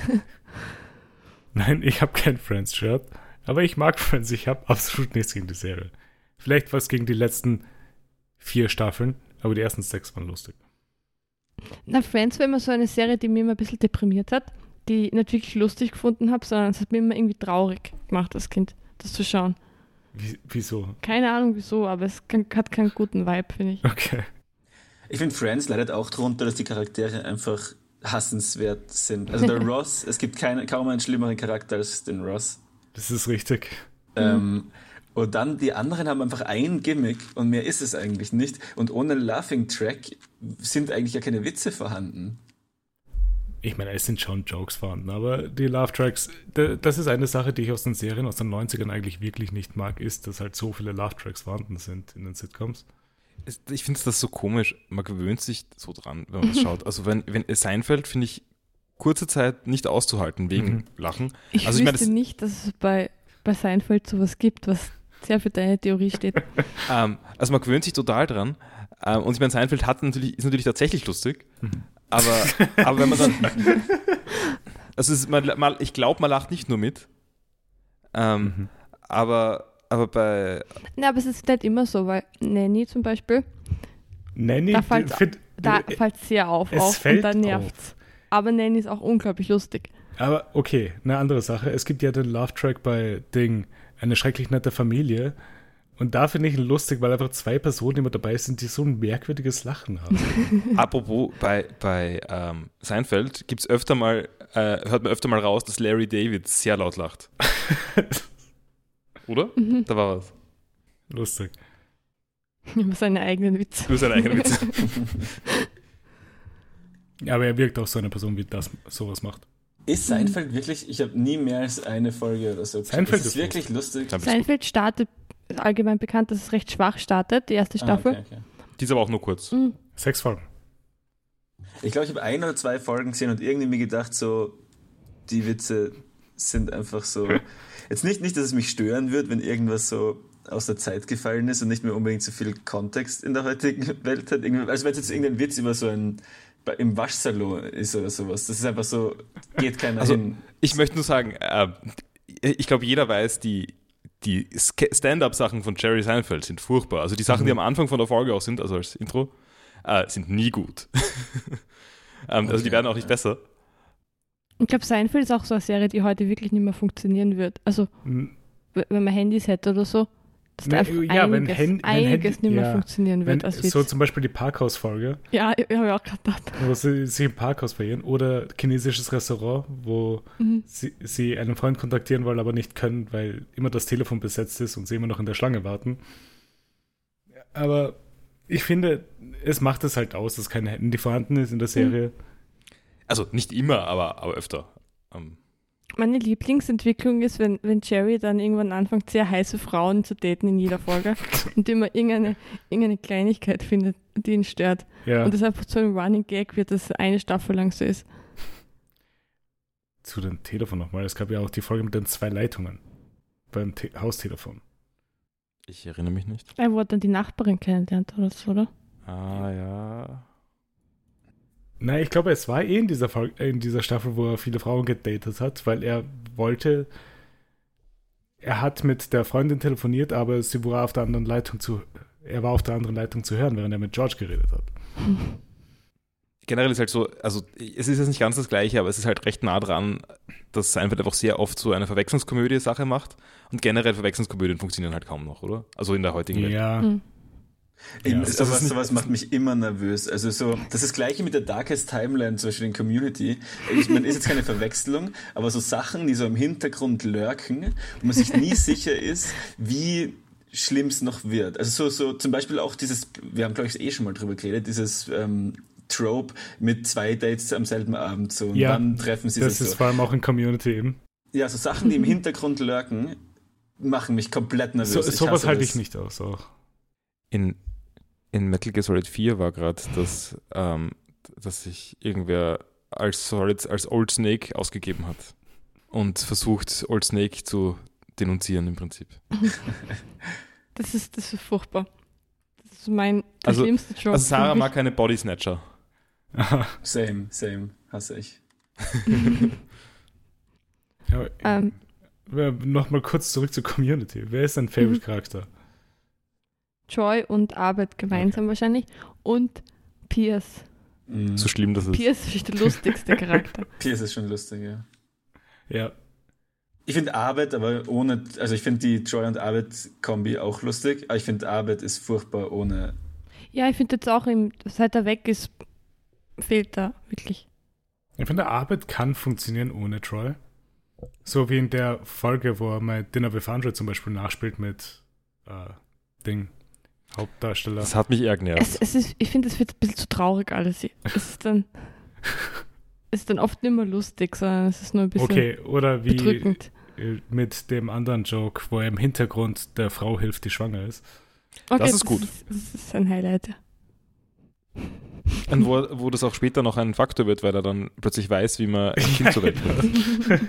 Nein, ich habe kein Friends-Shirt. Aber ich mag Friends. Ich habe absolut nichts gegen die Serie. Vielleicht was gegen die letzten vier Staffeln, aber die ersten sechs waren lustig. Na, Friends war immer so eine Serie, die mich immer ein bisschen deprimiert hat, die ich nicht wirklich lustig gefunden habe, sondern es hat mir immer irgendwie traurig gemacht, als Kind, das zu schauen. Wie, wieso? Keine Ahnung wieso, aber es kann, hat keinen guten Vibe, finde ich. Okay. Ich finde, Friends leidet auch darunter, dass die Charaktere einfach hassenswert sind. Also der Ross, es gibt keine, kaum einen schlimmeren Charakter als den Ross. Das ist richtig. Ähm, und dann die anderen haben einfach ein Gimmick und mehr ist es eigentlich nicht. Und ohne Laughing Track sind eigentlich ja keine Witze vorhanden. Ich meine, es sind schon Jokes vorhanden, aber die Laugh Tracks, da- das ist eine Sache, die ich aus den Serien aus den neunzigern eigentlich wirklich nicht mag, ist, dass halt so viele Laugh Tracks vorhanden sind in den Sitcoms. Es- Ich finde das so komisch. Man gewöhnt sich so dran, wenn man das schaut. Also wenn, wenn Seinfeld, finde ich, kurze Zeit nicht auszuhalten wegen Mhm. Lachen. Ich Also ich meine, wüsste das- nicht, dass es bei, bei Seinfeld sowas gibt, was sehr für deine Theorie steht. Ähm, also man gewöhnt sich total dran, Ähm, und ich meine, Seinfeld hat natürlich, ist natürlich tatsächlich lustig, aber, aber wenn man dann, also es ist, man, man, ich glaube, man lacht nicht nur mit, ähm, mhm. aber, aber bei... Na, aber es ist nicht immer so, weil Nanny zum Beispiel, Nanny, da fällt es sehr auf es auch fällt und dann nervt es. Aber Nanny ist auch unglaublich lustig. Aber okay, eine andere Sache. Es gibt ja den Love-Track bei Ding, eine schrecklich nette Familie. Und da finde ich ihn lustig, weil einfach zwei Personen immer dabei sind, die so ein merkwürdiges Lachen haben. Apropos, bei, bei ähm, Seinfeld gibt's öfter mal, äh, hört man öfter mal raus, dass Larry David sehr laut lacht. Oder? Mhm. Da war was. Lustig. Über seine eigenen Witze. Über seine eigenen Witze. Ja, aber er wirkt auch so eine Person, wie das sowas macht. Ist Seinfeld mhm. wirklich, ich habe nie mehr als eine Folge oder so. Seinfeld ist, ist wirklich lustig. Seinfeld startet, ist allgemein bekannt, dass es recht schwach startet, die erste Staffel. Ah, okay, okay. Die ist aber auch nur kurz. Mhm. Sechs Folgen. Ich glaube, ich habe ein oder zwei Folgen gesehen und irgendwie mir gedacht, so, die Witze sind einfach so. Jetzt nicht, nicht, dass es mich stören wird, wenn irgendwas so aus der Zeit gefallen ist und nicht mehr unbedingt so viel Kontext in der heutigen Welt hat. Also wenn es jetzt irgendein Witz über so ein im Waschsalon ist oder sowas. Das ist einfach so, geht keiner also, hin. Ich möchte nur sagen, äh, ich glaube, jeder weiß, die, die Stand-up-Sachen von Jerry Seinfeld sind furchtbar. Also die Sachen, mhm. die am Anfang von der Folge auch sind, also als Intro, äh, sind nie gut. ähm, okay. Also die werden auch nicht besser. Ich glaube, Seinfeld ist auch so eine Serie, die heute wirklich nicht mehr funktionieren wird. Also, mhm. wenn man Handys hätte oder so, dass da einfach ja, einiges, wenn Hand, einiges wenn nicht mehr ja, funktionieren wird wenn, als Witz. So zum Beispiel die Parkhaus-Folge. Ja, ich habe auch gerade gedacht. Wo sie sich im Parkhaus verirren. Oder chinesisches Restaurant, wo mhm. sie, sie einen Freund kontaktieren wollen, aber nicht können, weil immer das Telefon besetzt ist und sie immer noch in der Schlange warten. Aber ich finde, es macht es halt aus, dass kein Handy vorhanden ist in der Serie. Also nicht immer, aber, aber öfter. Um. Meine Lieblingsentwicklung ist, wenn, wenn Jerry dann irgendwann anfängt, sehr heiße Frauen zu daten in jeder Folge und immer irgendeine, irgendeine Kleinigkeit findet, die ihn stört. Ja. Und das einfach so ein Running Gag wird, das eine Staffel lang so ist. Zu dem Telefon nochmal. Es gab ja auch die Folge mit den zwei Leitungen beim Te- Haustelefon. Ich erinnere mich nicht. Er wurde dann die Nachbarin kennengelernt oder so, oder? Ah, ja. Nein, ich glaube, es war eh in dieser, Folge, in dieser Staffel, wo er viele Frauen gedatet hat, weil er wollte, er hat mit der Freundin telefoniert, aber sie war auf der anderen Leitung zu, er war auf der anderen Leitung zu hören, während er mit George geredet hat. Generell ist halt so, also es ist jetzt nicht ganz das Gleiche, aber es ist halt recht nah dran, dass Seinfeld einfach sehr oft so eine Verwechslungskomödie-Sache macht und generell Verwechslungskomödien funktionieren halt kaum noch, oder? Also in der heutigen Welt. Ja. Mhm. Ja, sowas, sowas macht mich immer nervös. Also so, das ist das Gleiche mit der Darkest Timeline, zum Beispiel in Community. Ich meine, ist jetzt keine Verwechslung, aber so Sachen, die so im Hintergrund lurken, wo man sich nie sicher ist, wie schlimm es noch wird. Also so, so zum Beispiel auch dieses, wir haben glaube ich eh schon mal drüber geredet, dieses ähm, Trope mit zwei Dates am selben Abend. So, und ja, wann treffen sie das sich ist so. vor allem auch in Community eben. Ja, so Sachen, die im Hintergrund lurken, machen mich komplett nervös. So, sowas halte ich nicht aus auch. In, in Metal Gear Solid vier war gerade, dass, ähm, dass sich irgendwer als Solid, als Old Snake ausgegeben hat und versucht, Old Snake zu denunzieren im Prinzip. Das ist, das ist furchtbar. Das ist mein der also, schlimmste Job. Also Sarah mag keine Body Snatcher. Same, same, hasse ich. Ja, ähm, Nochmal kurz zurück zur Community. Wer ist dein Favorite Charakter? Joy und Arbeit gemeinsam okay. wahrscheinlich. Und Pierce. Mm. So schlimm das ist. Pierce ist der lustigste Charakter. Pierce ist schon lustig, ja. Ja. Ich finde Arbeit, aber ohne, also ich finde die Joy und Arbeit-Kombi auch lustig, aber ich finde Arbeit ist furchtbar ohne. Ja, ich finde jetzt auch, im, seit er weg ist, fehlt da wirklich. Ich finde, Arbeit kann funktionieren ohne Troy. So wie in der Folge, wo er mal Dinner with Andre zum Beispiel nachspielt mit äh, Ding, Hauptdarsteller. Das hat mich eher genervt. Es, es ist, ich finde, es wird ein bisschen zu traurig alles. Es ist dann, es ist dann oft nicht mehr lustig, sondern es ist nur ein bisschen okay, oder wie bedrückend. Mit dem anderen Joke, wo er im Hintergrund der Frau hilft, die schwanger ist. Okay, das ist gut. Das ist, das ist ein Highlight. Und wo, wo das auch später noch ein Faktor wird, weil er dann plötzlich weiß, wie man ein Kind zur Welt bringt.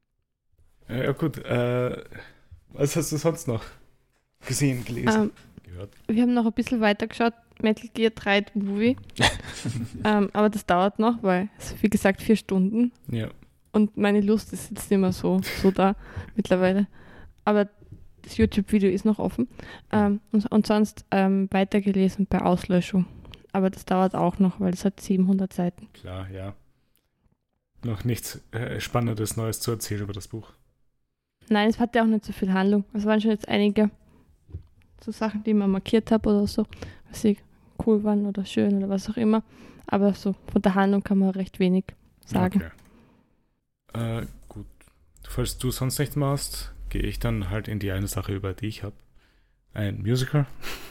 Ja gut, äh, was hast du sonst noch gesehen, gelesen, um, gehört. Wir haben noch ein bisschen weiter geschaut, Metal Gear drei Movie. ähm, aber das dauert noch, weil es, wie gesagt, vier Stunden. Ja. Und meine Lust ist jetzt nicht mehr so, so da mittlerweile. Aber das YouTube-Video ist noch offen. Ähm, und, und sonst ähm, weitergelesen bei Auslöschung. Aber das dauert auch noch, weil es hat siebenhundert Seiten. Klar, ja. Noch nichts äh, Spannendes Neues zu erzählen über das Buch. Nein, es hatte auch nicht so viel Handlung. Es waren schon jetzt einige so Sachen, die ich mir markiert habe oder so, was sie cool waren oder schön oder was auch immer. Aber so von der Handlung kann man recht wenig sagen. Okay. Äh, gut. Falls du sonst nichts machst, gehe ich dann halt in die eine Sache über, die ich habe. Ein Musical.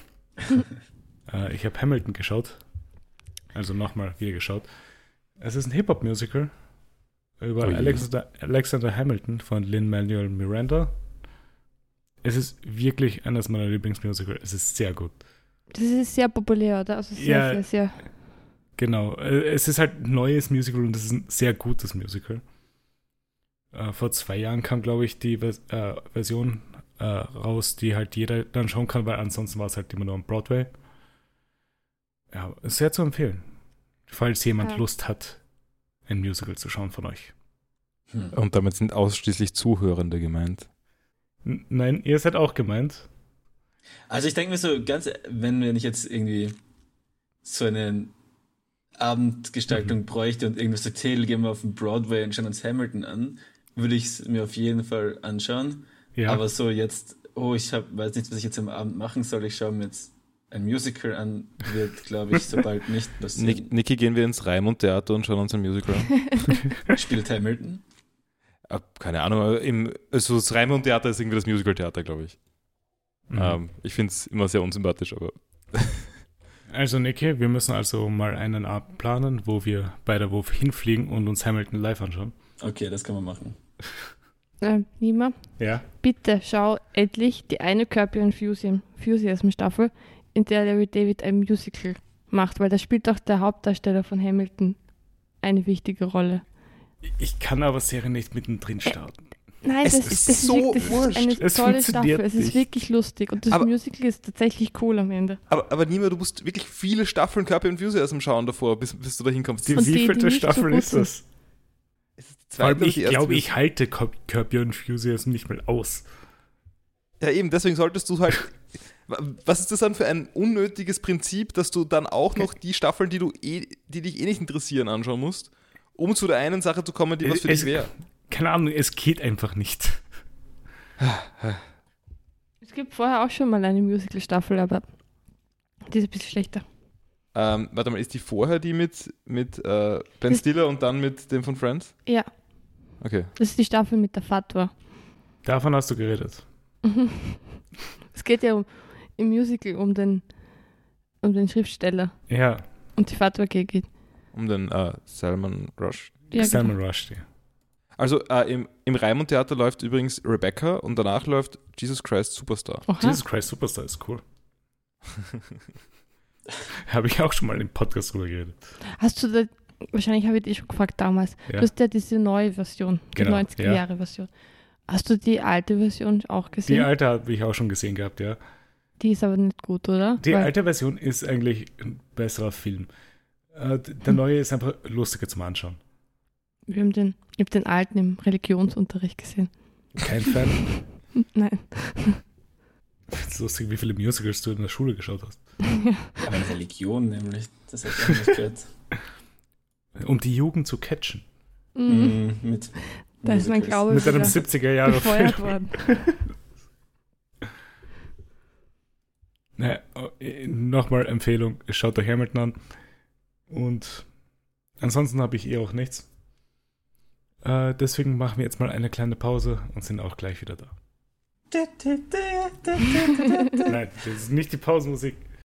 äh, ich habe Hamilton geschaut. Also nochmal wieder geschaut. Es ist ein Hip-Hop-Musical über Oh je. Alexander, Alexander Hamilton von Lin-Manuel Miranda. Es ist wirklich eines meiner Lieblingsmusical. Es ist sehr gut. Das ist sehr populär, oder? Also sehr, Ja. sehr, sehr. Genau. Äh, Es ist halt ein neues Musical und es ist ein sehr gutes Musical. Äh, vor zwei Jahren kam, glaube ich, die Vers- äh, Version äh, raus, die halt jeder dann schauen kann, weil ansonsten war es halt immer nur am Broadway. Ja, ist sehr zu empfehlen. Falls jemand Ja. Lust hat, ein Musical zu schauen von euch. Hm. Und damit sind ausschließlich Zuhörende gemeint. N- Nein, ihr seid auch gemeint. Also ich denke mir so, ganz, wenn wenn ich jetzt irgendwie so eine Abendgestaltung Mhm. bräuchte und irgendwas erzähle, gehen wir auf den Broadway und schauen uns Hamilton an, würde ich es mir auf jeden Fall anschauen. Ja, Aber so jetzt, oh, ich hab, weiß nicht, was ich jetzt am Abend machen soll, ich schaue mir jetzt ein Musical an, wird, glaube ich, sobald nicht passieren. Nick, Niki, gehen wir ins Raimund-Theater und schauen uns ein Musical an? Spielt Hamilton? Ah, keine Ahnung, aber im, also das Raimund-Theater ist irgendwie das Musical-Theater, glaube ich. mhm. Ähm, ich finde es immer sehr unsympathisch, aber Also Niki, wir müssen also mal einen Abend planen, wo wir beide wo hinfliegen und uns Hamilton live anschauen. Okay, das kann man machen. Äh, Nima, Ja, bitte schau endlich die eine Curb Your Enthusiasm, Enthusiasm Staffel, in der Larry David ein Musical macht, weil da spielt auch der Hauptdarsteller von Hamilton eine wichtige Rolle. ich kann aber Serien nicht mittendrin starten. Nein, Es das, ist das, so ist, wirklich- das wurscht. ist eine Es tolle funktioniert Staffel. Es ist nicht. wirklich lustig und das Aber- Musical ist tatsächlich cool am Ende. Aber, aber Nima, du musst wirklich viele Staffeln Curb Your Enthusiasm schauen davor, bis, bis du da hinkommst. Die Und die, die wievielte nicht so Staffel gut ist sind. das? Es ist die Vor allem, zweite oder ich die erste glaube, ich Version. halte Curb Curb Your Enthusiasm nicht mal aus. Ja, eben, deswegen solltest du halt. Was ist das dann für ein unnötiges Prinzip, dass du dann auch noch die Staffeln, die, du eh, die dich eh nicht interessieren, anschauen musst, um zu der einen Sache zu kommen, die was für Es- dich wäre? Keine Ahnung, es geht einfach nicht. Es gibt vorher auch schon mal eine Musical-Staffel, aber die ist ein bisschen schlechter. Ähm, warte mal, ist die vorher die mit, mit äh, Ben Das- Stiller und dann mit dem von Friends? Ja, Okay. das ist die Staffel mit der Fatwa. Davon hast du geredet. Es geht ja um, im Musical um den, um den Schriftsteller Ja, und die Fatwa geht. Um den äh, Salman Rushdie. Ja, Salman genau. Rushdie. Also äh, im, im Raimund-Theater läuft übrigens Rebecca und danach läuft Jesus Christ Superstar. Oha. Jesus Christ Superstar ist cool. Habe ich auch schon mal im Podcast drüber geredet. Hast du da, wahrscheinlich habe ich dich schon gefragt damals, Ja. du hast ja diese neue Version, die Genau, neunziger-Jahre-Version. Hast du die alte Version auch Die gesehen? alte habe ich auch schon gesehen gehabt, ja. Die ist aber nicht gut, oder? Die Weil- alte Version ist eigentlich ein besserer Film. Äh, d- Hm. Der neue ist einfach lustiger zum Anschauen. Wir haben den, ich habe den alten im Religionsunterricht gesehen. Kein Fan. Nein. Es ist lustig, wie viele Musicals du in der Schule geschaut hast. Aber eine Religion nämlich, das habe ich auch nicht gehört. Um die Jugend zu catchen. Mhm. Mm, mit Da ist mein Musicals. Glaube Mit einem wieder siebziger Jahre befeuert Film. worden. Naja, äh, nochmal Empfehlung, schaut euch Hamilton an. Und ansonsten habe ich eh auch nichts. Äh, deswegen machen wir jetzt mal eine kleine Pause und sind auch gleich wieder da. Nein, das ist nicht die Pausenmusik.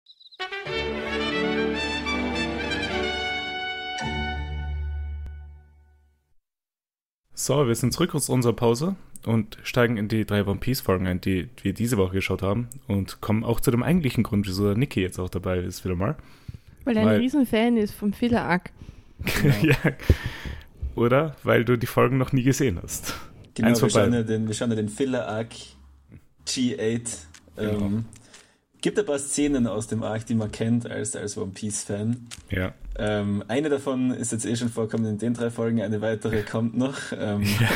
So, wir sind zurück aus unserer Pause und steigen in die drei One Piece Folgen ein, die wir diese Woche geschaut haben und kommen auch zu dem eigentlichen Grund, wieso der Niki jetzt auch dabei ist, wieder mal. Weil er ein Weil- Riesenfan ist vom Filler Arc. Ja. Oder? Weil du die Folgen noch nie gesehen hast. Genau, Eins wir vorbei. schauen, ja den, wir schauen ja den Filler-Arc G acht ähm, gibt ein paar Szenen aus dem Arc, die man kennt als, als One Piece-Fan. Ja. Ähm, eine davon ist jetzt eh schon vorkommen in den drei Folgen, eine weitere kommt noch. Ähm, Ja.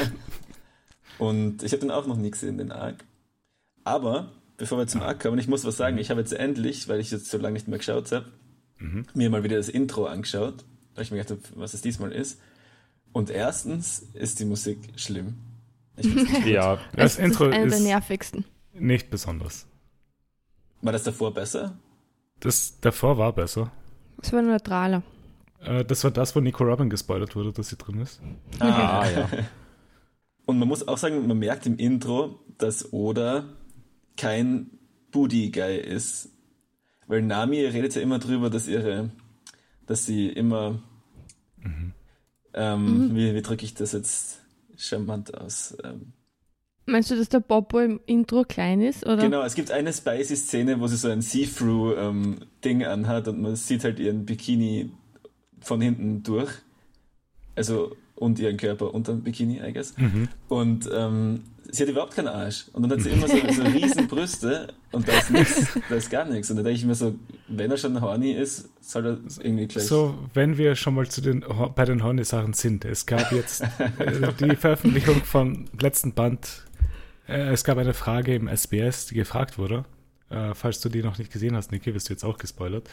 Und ich habe den auch noch nie gesehen, den Arc. Aber, bevor wir zum Arc kommen, ich muss was sagen, ich habe jetzt endlich, weil ich jetzt so lange nicht mehr geschaut habe, Mhm. mir mal wieder das Intro angeschaut, weil ich mir gedacht habe, was es diesmal ist. Und erstens ist die Musik schlimm. Ich find's nicht gut. Ja, Das Es Intro ist einer der ist nervigsten. nicht besonders. War das davor besser? Das davor war besser. Es war neutraler. Äh, das war das, wo Nico Robin gespoilert wurde, dass sie drin ist. ah, ja. Und man muss auch sagen, man merkt im Intro, dass Oda kein Booty-Guy ist. Weil Nami redet ja immer drüber, dass ihre, dass sie immer, Mhm. ähm, wie, wie drücke ich das jetzt charmant aus? Ähm, Meinst du, dass der Popo im Intro klein ist? Oder? Genau, es gibt eine Spicy-Szene, wo sie so ein See-Through-Ding anhat und man sieht halt ihren Bikini von hinten durch. Also, und ihren Körper unter dem Bikini, I guess. Mhm. Und ähm, sie hat überhaupt keinen Arsch. Und dann hat sie immer so, so riesen Brüste und da ist nichts, da ist gar nichts. Und da denke ich mir so, wenn er schon horny ist, soll er irgendwie gleich... So, wenn wir schon mal zu den, bei den Horny-Sachen sind. Es gab jetzt äh, die Veröffentlichung vom letzten Band. Äh, es gab eine Frage im S B S, die gefragt wurde. Äh, falls du die noch nicht gesehen hast, Niki, wirst du jetzt auch gespoilert.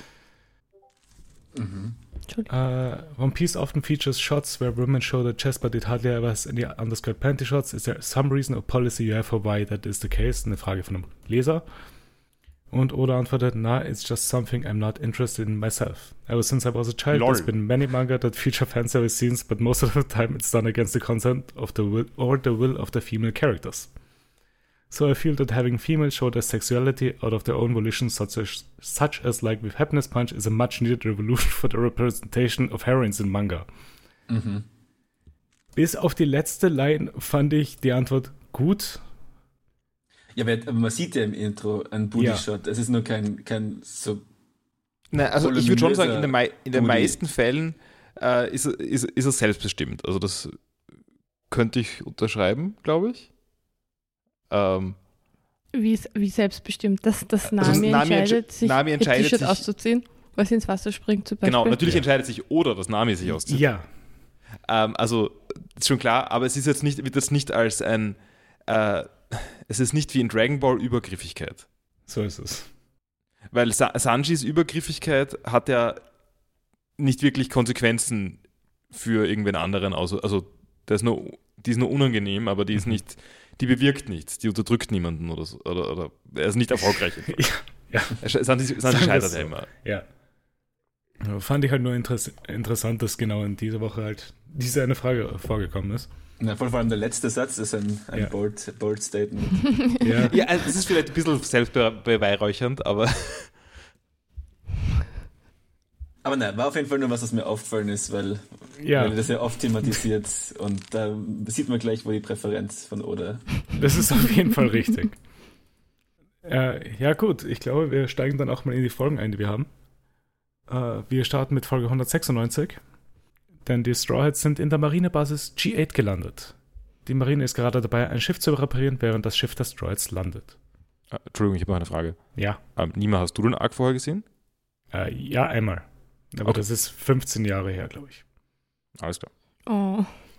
Mhm. Uh, One Piece often features shots where women show their chest, but it hardly ever has any underskirt panty shots. Is there some reason or policy you have for why that is the case? Eine Frage von einem Leser. Und Oda antwortet, nah, it's just something I'm not interested in myself. Ever since I was a child, Lol. there's been many manga that feature fanservice scenes, but most of the time it's done against the consent of the will or the will of the female characters. So I feel that having females show their sexuality out of their own volition, such as, such as like with Happiness Punch, is a much needed revolution for the representation of heroines in Manga. Mhm. Bis auf die letzte Line fand ich die Antwort gut. Ja, aber man sieht ja im Intro einen Booty-Shot. Es ist nur kein, kein so... Nein, also ich würde schon sagen, in, der voluminöser mei- in den Booty. meisten Fällen äh, ist, er- ist, ist er selbstbestimmt. Also das könnte ich unterschreiben, glaube ich. Ähm, Wie, ist- wie selbstbestimmt, dass, dass Also Nami, Nami entscheidet, entsche- sich Nami ihr entscheidet T-Shirt sich- auszuziehen, weil sie ins Wasser springt zum Beispiel. genau, natürlich Ja. entscheidet sich Oda, dass Nami sich auszieht. Ja, Ähm, also, ist schon klar, aber es ist jetzt nicht, wird das nicht als ein, äh, es ist nicht wie in Dragon Ball Übergriffigkeit. so ist es. Weil Sa- Sanjis Übergriffigkeit hat ja nicht wirklich Konsequenzen für irgendwen anderen. Also, also der ist nur, die ist nur unangenehm, aber die ist Mhm. nicht, die bewirkt nichts, die unterdrückt niemanden oder so. Oder, oder er ist nicht erfolgreich. Ja, ja. Er sche- Sanji, Sanji Sagen wir scheitert so. ja immer. Ja. Ja, fand ich halt nur interess- interessant, dass genau in dieser Woche halt diese eine Frage vorgekommen ist. Na, vor allem der letzte Satz ist ein, ein Ja. bold, bold Statement. Ja, Ja, also das ist vielleicht ein bisschen selbstbeweihräuchernd, aber Aber nein, war auf jeden Fall nur was, was mir aufgefallen ist, weil, ja, weil das ja oft thematisiert und da sieht man gleich, wo die Präferenz von Oda. das ist auf jeden Fall richtig. Äh, ja gut, ich glaube, wir steigen dann auch mal in die Folgen ein, die wir haben. Äh, wir starten mit Folge hundertsechsundneunzig, denn die Straw Hats sind in der Marinebasis G acht gelandet. Die Marine ist gerade dabei, ein Schiff zu reparieren, während das Schiff der Straw Hats landet. Ah, Entschuldigung, ich habe noch eine Frage. Ja, Ähm, Nima, hast du den Arc vorher gesehen? äh, ja, einmal. Aber Okay. das ist fünfzehn Jahre her, glaube ich. Alles klar. Oh.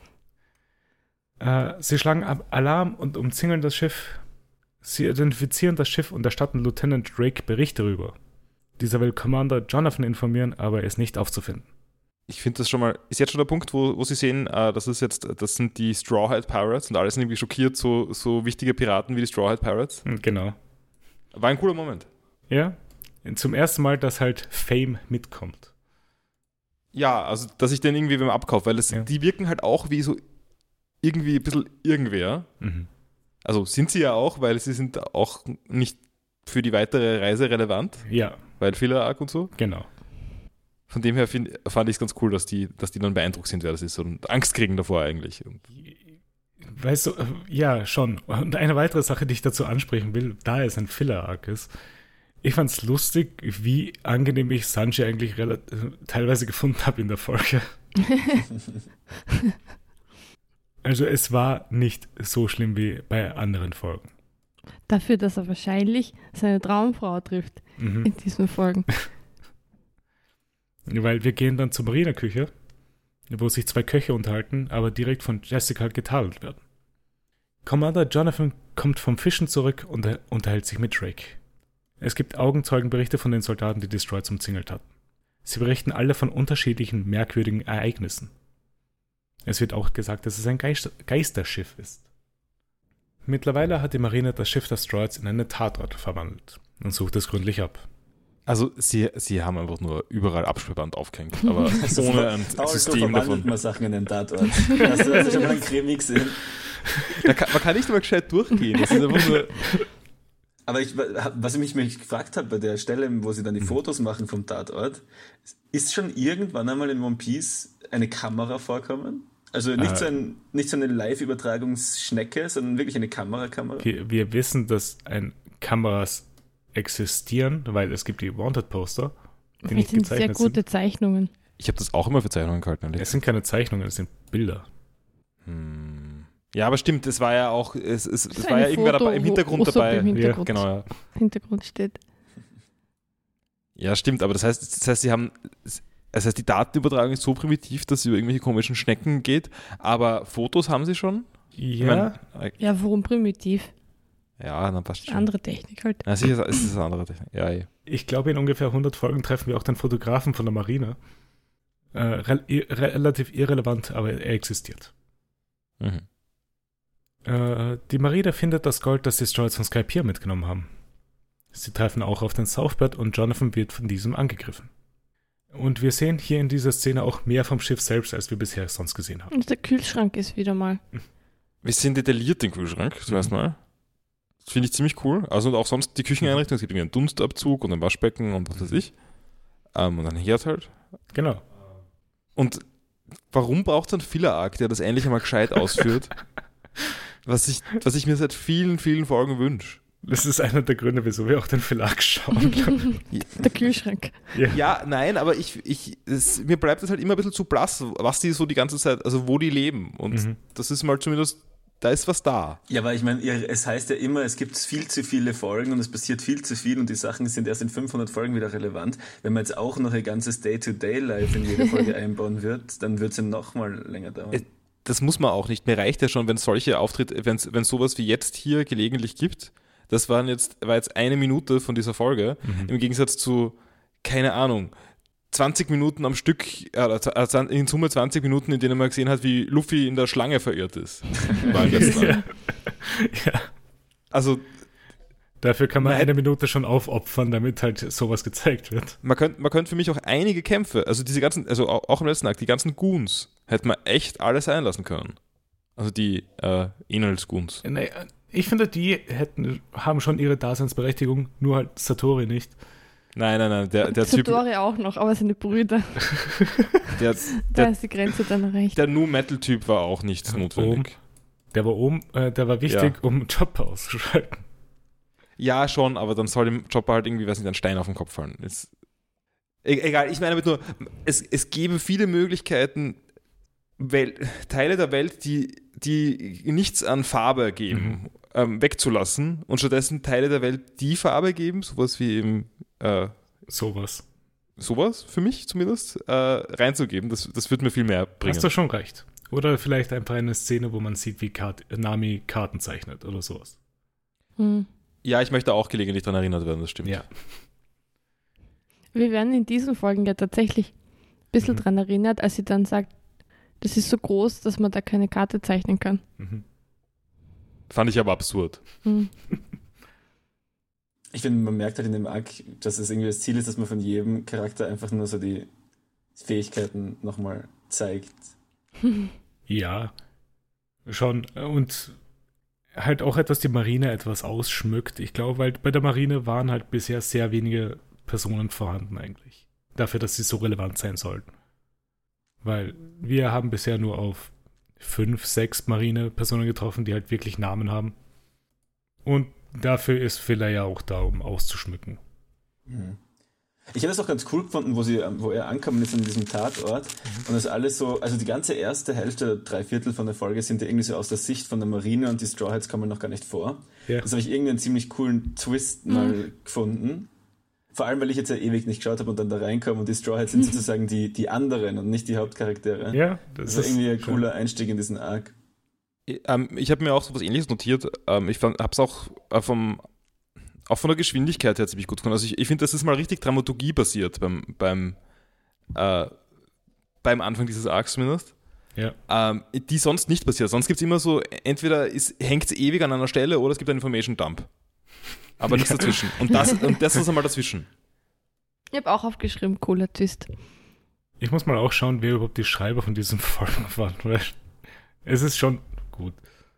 Äh, sie schlagen ab Alarm und umzingeln das Schiff. Sie identifizieren das Schiff und erstatten Lieutenant Drake Bericht darüber. Dieser will Commander Jonathan informieren, aber er ist nicht aufzufinden. Ich finde das schon mal, ist jetzt schon der Punkt, wo, wo sie sehen, äh, das ist jetzt, das sind die Straw Hat Pirates und alle sind irgendwie schockiert, so, so wichtige Piraten wie die Straw Hat Pirates. Hm, Genau. War ein cooler Moment. Ja, zum ersten Mal, dass halt Fame mitkommt. Ja, also dass ich den irgendwie beim Abkauf, weil das, Ja. die wirken halt auch wie so irgendwie ein bisschen irgendwer. Mhm. Also sind sie ja auch, weil sie sind auch nicht für die weitere Reise relevant, Ja, weil Filler Arc und so. genau. Von dem her find, fand ich es ganz cool, dass die, dass die dann beeindruckt sind, wer das ist und Angst kriegen davor eigentlich. Und Weißt du, äh, ja, schon. Und eine weitere Sache, die ich dazu ansprechen will, da es ein Filler-Arc ist, ich fand's lustig, wie angenehm ich Sanji eigentlich rela- äh, teilweise gefunden habe in der Folge. Also es war nicht so schlimm wie bei anderen Folgen. Dafür, dass er wahrscheinlich seine Traumfrau trifft Mhm. in diesen Folgen. Weil wir gehen dann zur Marineküche, wo sich zwei Köche unterhalten, aber direkt von Jessica getadelt werden. Commander Jonathan kommt vom Fischen zurück und er unterhält sich mit Drake. Es gibt Augenzeugenberichte von den Soldaten, die Destroyers umzingelt hatten. Sie berichten alle von unterschiedlichen, merkwürdigen Ereignissen. Es wird auch gesagt, dass es ein Geist- Geisterschiff ist. Mittlerweile hat die Marine das Schiff Destroyers in einen Tatort verwandelt und sucht es gründlich ab. Also sie, sie haben einfach nur überall Absperrband aufgehängt, aber Also, ohne ein Paul, so System verwandelt davon. man Sachen in den Tatort. Hast du, hast du schon mal einen Krimi gesehen? Da kann, man kann nicht mal gescheit durchgehen. Das ist einfach nur, Aber ich, was ich mich, mich gefragt habe bei der Stelle, wo sie dann die Fotos machen vom Tatort, ist schon irgendwann einmal in One Piece eine Kamera vorkommen? Also nicht, Äh. so, ein, nicht so eine Live-Übertragungsschnecke, sondern wirklich eine Kamerakamera? Wir, wir wissen, dass ein Kameras existieren, weil es gibt die Wanted-Poster, die Das nicht sind sehr gezeichnet gute sind. Zeichnungen. ich habe das auch immer für Zeichnungen gehalten. ehrlich. Es sind keine Zeichnungen, es sind Bilder. Hm. Ja, aber stimmt, es war ja auch, es, es, Das es ist war ein ja irgendwer Foto, dabei, im wo Hintergrund Usopp dabei. im Hintergrund, Genau, ja. Hintergrund steht. Ja, stimmt, aber das heißt, das heißt, sie haben, das heißt, die Datenübertragung ist so primitiv, dass sie über irgendwelche komischen Schnecken geht, aber Fotos haben sie schon? Ich Ja, mein, Ja, warum primitiv? ja, dann passt schon. Andere Technik halt. Ja, sicher ist es eine andere Technik. Ja, eh. ich glaube, in ungefähr hundert Folgen treffen wir auch den Fotografen von der Marine. Äh, re ir relativ irrelevant, aber er existiert. Mhm. Äh, die Marine findet das Gold, das die Destroyers von Skypiea mitgenommen haben. Sie treffen auch auf den Southbird und Jonathan wird von diesem angegriffen. Und wir sehen hier in dieser Szene auch mehr vom Schiff selbst, als wir bisher sonst gesehen haben. Und der Kühlschrank ist wieder mal. Wir sehen detailliert den Kühlschrank, zuerst mal. Das finde ich ziemlich cool. Also und auch sonst die Kücheneinrichtung. Es gibt irgendwie einen Dunstabzug und ein Waschbecken und was weiß ich. Ähm, und ein Herd halt. Genau. Und warum braucht es einen Filler-Arc, der das endlich einmal gescheit ausführt? was, ich, was ich mir seit vielen, vielen Folgen wünsche. Das ist einer der Gründe, wieso wir auch den Verlag schauen. Der Kühlschrank. Ja. Ja, nein, aber ich, ich, es, mir bleibt es halt immer ein bisschen zu blass, was die so die ganze Zeit, also wo die leben. Und Mhm. das ist mal zumindest, da ist was da. Ja, aber ich meine, ihr- es heißt ja immer, es gibt viel zu viele Folgen und es passiert viel zu viel und die Sachen sind erst in fünfhundert Folgen wieder relevant. Wenn man jetzt auch noch ein ganzes Day-to-Day-Life in jede Folge einbauen wird, dann wird es ja noch mal länger dauern. Es- Das muss man auch nicht. Mir reicht ja schon, wenn solche Auftritte, wenn es sowas wie jetzt hier gelegentlich gibt. Das waren jetzt, war jetzt eine Minute von dieser Folge, Mhm. im Gegensatz zu, keine Ahnung, zwanzig Minuten am Stück, äh, in Summe zwanzig Minuten, in denen man gesehen hat, wie Luffy in der Schlange verirrt ist. War im letzten Mal. Ja. Also Dafür kann man Man eine hätte- Minute schon aufopfern, damit halt sowas gezeigt wird. man könnte man könnt für mich auch einige Kämpfe, also diese ganzen, also au- auch im letzten Akt, die ganzen Goons, hätte man echt alles einlassen können. Also die äh, Enels-Goons. Nee, ich finde, die hätten, haben schon ihre Daseinsberechtigung, nur halt Satori nicht. Nein, nein, nein, der, der Typ, Satori auch noch, aber seine Brüder. der, Da der, ist die Grenze dann erreicht. der Nu-Metal-Typ war auch nicht Ja, notwendig. Der war oben, äh, der war wichtig, Ja. um Chopper auszuschalten. Ja, schon, aber dann soll dem Chopper halt irgendwie, weiß nicht, ein Stein auf den Kopf fallen. Ist, e egal, ich meine damit nur, es, es gäbe viele Möglichkeiten, Wel Teile der Welt, die, die nichts an Farbe geben, Mhm. ähm, wegzulassen und stattdessen Teile der Welt, die Farbe geben, sowas wie eben äh, Sowas. sowas, für mich zumindest, äh, reinzugeben. Das, das wird mir viel mehr bringen. Hast du schon recht. Oder vielleicht einfach eine Szene, wo man sieht, wie Kart Nami Karten zeichnet oder sowas. Hm. Ja, ich möchte auch gelegentlich daran erinnert werden, das stimmt. Ja. Wir werden in diesen Folgen ja tatsächlich ein bisschen Mhm. dran erinnert, als sie dann sagt, das ist so groß, dass man da keine Karte zeichnen kann. Mhm. Fand ich aber absurd. Hm. Ich finde, man merkt halt in dem Arc, dass es irgendwie das Ziel ist, dass man von jedem Charakter einfach nur so die Fähigkeiten nochmal zeigt. Ja, schon. Und halt auch etwas die Marine etwas ausschmückt. Ich glaube, weil bei der Marine waren halt bisher sehr wenige Personen vorhanden eigentlich. Dafür, dass sie so relevant sein sollten. Weil wir haben bisher nur auf fünf, sechs Marine-Personen getroffen, die halt wirklich Namen haben. Und dafür ist Filler ja auch da, um auszuschmücken. Mhm. Ich habe das auch ganz cool gefunden, wo, sie, wo er ankommen ist an diesem Tatort mhm. und das alles so, also die ganze erste Hälfte, drei Viertel von der Folge sind ja irgendwie so aus der Sicht von der Marine und die Straw Hats kommen noch gar nicht vor. Ja. Das habe ich irgendwie einen ziemlich coolen Twist mhm. mal gefunden. Vor allem, weil ich jetzt ja ewig nicht geschaut habe und dann da reinkomme und die Straw Hats sind mhm. sozusagen die, die anderen und nicht die Hauptcharaktere. Ja, das, das ist irgendwie ein cooler schön. Einstieg in diesen Arc. Ich, ähm, ich habe mir auch so was Ähnliches notiert. Ähm, ich habe es auch äh, vom Auch von der Geschwindigkeit her ziemlich gut gefunden. Also ich, ich finde, das ist mal richtig Dramaturgie basiert beim, beim, äh, beim Anfang dieses Arcs zumindest. Ja. Ähm, die sonst nicht passiert. Sonst gibt es immer so, entweder hängt es ewig an einer Stelle oder es gibt einen Information Dump. Aber nichts ja. dazwischen. Und das, und das ist einmal dazwischen. Ich habe auch aufgeschrieben, cooler Twist. Ich muss mal auch schauen, wer überhaupt die Schreiber von diesem Folgen waren. Weil es ist schon gut.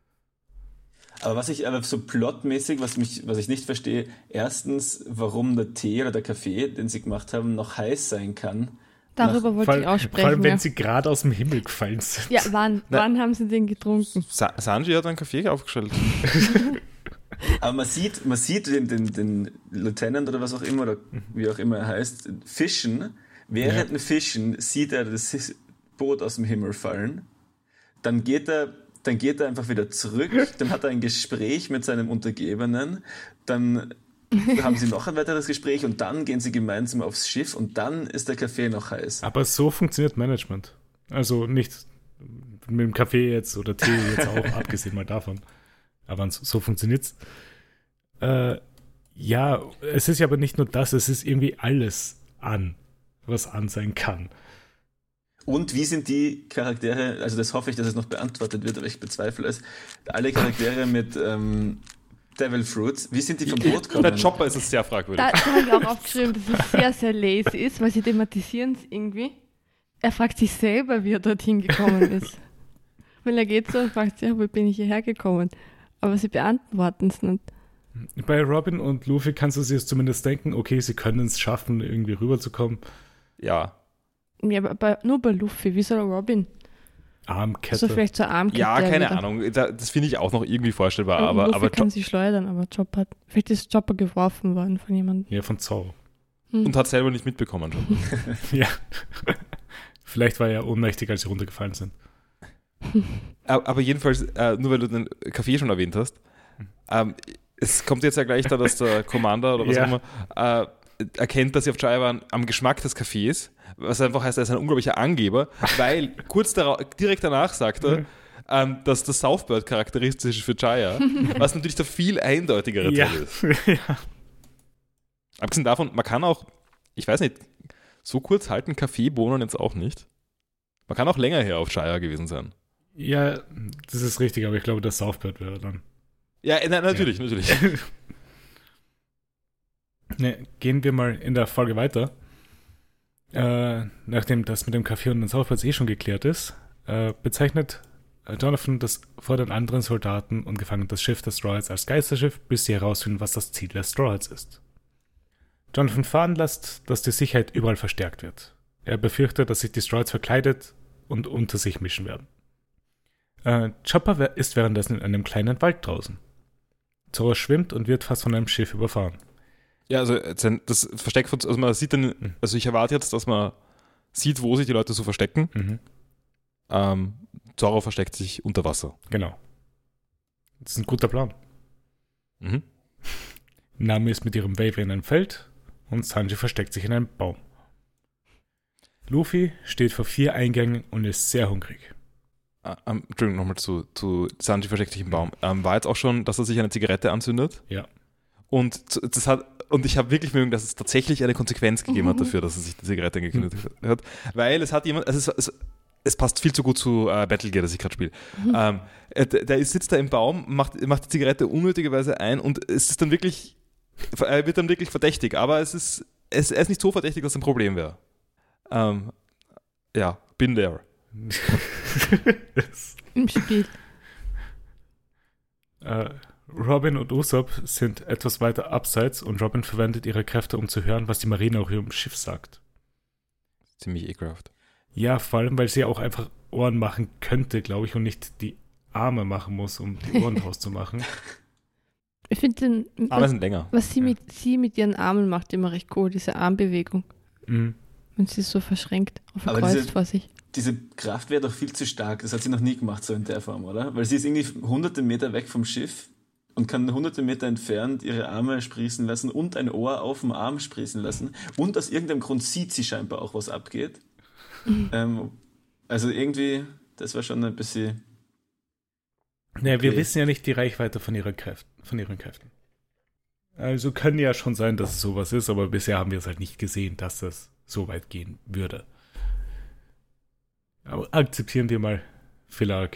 Aber was ich aber so plotmäßig, was mich, was ich nicht verstehe, erstens, warum der Tee oder der Kaffee, den sie gemacht haben, noch heiß sein kann. Darüber wollte vor, ich auch sprechen. Vor allem, wenn ja. sie gerade aus dem Himmel gefallen sind. Ja, wann, wann haben sie den getrunken? Sa- Sanji hat einen Kaffee aufgestellt. Aber man sieht, man sieht den, den, den Lieutenant oder was auch immer, oder wie auch immer er heißt, fischen. Während ja. dem Fischen sieht er das Boot aus dem Himmel fallen. Dann geht er Dann geht er einfach wieder zurück, dann hat er ein Gespräch mit seinem Untergebenen, dann haben sie noch ein weiteres Gespräch und dann gehen sie gemeinsam aufs Schiff und dann ist der Kaffee noch heiß. Aber so funktioniert Management. Also nicht mit dem Kaffee jetzt oder Tee jetzt auch, abgesehen mal davon. Aber so funktioniert es. Äh, ja, es ist ja aber nicht nur das, es ist irgendwie alles an, was an sein kann. Und wie sind die Charaktere, also das hoffe ich, dass es noch beantwortet wird, aber ich bezweifle es, alle Charaktere mit ähm, Devil Fruits, wie sind die vom Boot gekommen? Bei Chopper ist es sehr fragwürdig. Da, da habe ich auch aufgeschrieben, dass es sehr, sehr lazy ist, weil sie thematisieren es irgendwie. Er fragt sich selber, wie er dorthin gekommen ist. Weil er geht so und fragt sich, ja, wie bin ich hierher gekommen? Aber sie beantworten es nicht. Bei Robin und Luffy kannst du sich zumindest denken, okay, sie können es schaffen, irgendwie rüberzukommen. Ja. Ja, aber bei, nur bei Luffy, wie soll Robin? Armkette. Also vielleicht zur Armkette. Ja, keine wieder. Ahnung. Das finde ich auch noch irgendwie vorstellbar. Und aber, Luffy aber kann sie schleudern, aber Chopper hat, vielleicht ist Chopper geworfen worden von jemandem. Ja, von Zorro. Hm. Und hat selber nicht mitbekommen schon. Ja. Vielleicht war er ohnmächtig, als sie runtergefallen sind. Aber jedenfalls, äh, nur weil du den Kaffee schon erwähnt hast, ähm, es kommt jetzt ja gleich da, dass der Commander oder was ja. auch immer äh, erkennt, dass sie auf Jaya waren am Geschmack des Kaffees, was einfach heißt, er ist ein unglaublicher Angeber, weil kurz darauf, direkt danach sagt er, ähm, dass das Southbird charakteristisch ist für Jaya, was natürlich der viel eindeutigere ja. Teil ist. Ja. Abgesehen davon, man kann auch, ich weiß nicht, so kurz halten Kaffeebohnen jetzt auch nicht. Man kann auch länger her auf Jaya gewesen sein. Ja, das ist richtig, aber ich glaube, das Southbird wäre dann. Ja, na, natürlich, ja. natürlich. Ne, gehen wir mal in der Folge weiter. Äh, nachdem das mit dem Kaffee und den Southbirds eh schon geklärt ist, äh, bezeichnet Jonathan das vor den anderen Soldaten und Gefangenen das Schiff des Straw Hats als Geisterschiff, bis sie herausfinden, was das Ziel der Straw Hats ist. Jonathan veranlasst, dass die Sicherheit überall verstärkt wird. Er befürchtet, dass sich die Straw Hats verkleidet und unter sich mischen werden. Äh, Chopper ist währenddessen in einem kleinen Wald draußen. Zoro schwimmt und wird fast von einem Schiff überfahren. Ja, also das Versteck von, also man sieht dann, also ich erwarte jetzt, dass man sieht, wo sich die Leute so verstecken. Mhm. Ähm, Zoro versteckt sich unter Wasser. Genau. Das ist ein guter Plan. Mhm. Nami ist mit ihrem Wave in einem Feld und Sanji versteckt sich in einem Baum. Luffy steht vor vier Eingängen und ist sehr hungrig. Uh, um, Entschuldigung, nochmal zu, zu Sanji versteckt sich im Baum. Um, war jetzt auch schon, dass er sich eine Zigarette anzündet? Ja. Und das hat, und ich habe wirklich mögen, dass es tatsächlich eine Konsequenz gegeben mhm. hat dafür, dass er sich die Zigarette angekündigt mhm. hat. Weil es hat jemand, also es, es, es passt viel zu gut zu uh, Battle Gear, das ich gerade spiele. Mhm. Um, der, der sitzt da im Baum, macht, macht die Zigarette unnötigerweise ein und es ist dann wirklich, er wird dann wirklich verdächtig, aber es ist, es, er ist nicht so verdächtig, dass es ein Problem wäre. Um, ja, bin there. Im Spiel. Äh, Robin und Usopp sind etwas weiter abseits und Robin verwendet ihre Kräfte, um zu hören, was die Marine auf ihrem Schiff sagt. Ziemlich ekelhaft. Ja, vor allem, weil sie auch einfach Ohren machen könnte, glaube ich, und nicht die Arme machen muss, um die Ohren draus zu machen. Ich finde den, Arme was, sind länger. was sie, Ja. mit, sie mit ihren Armen macht, immer recht cool, diese Armbewegung. Mhm. Wenn sie so verschränkt und Aber verkreuzt diese- vor sich. Diese Kraft wäre doch viel zu stark. Das hat sie noch nie gemacht, so in der Form, oder? Weil sie ist irgendwie hunderte Meter weg vom Schiff und kann hunderte Meter entfernt ihre Arme sprießen lassen und ein Ohr auf dem Arm sprießen lassen. Und aus irgendeinem Grund sieht sie scheinbar auch, was abgeht. ähm, also irgendwie, das war schon ein bisschen... Naja, wir Okay. wissen ja nicht die Reichweite von, ihrer Kräft, von ihren Kräften. Also kann ja schon sein, dass es sowas ist, aber bisher haben wir es halt nicht gesehen, dass das so weit gehen würde. Aber akzeptieren wir mal Philark.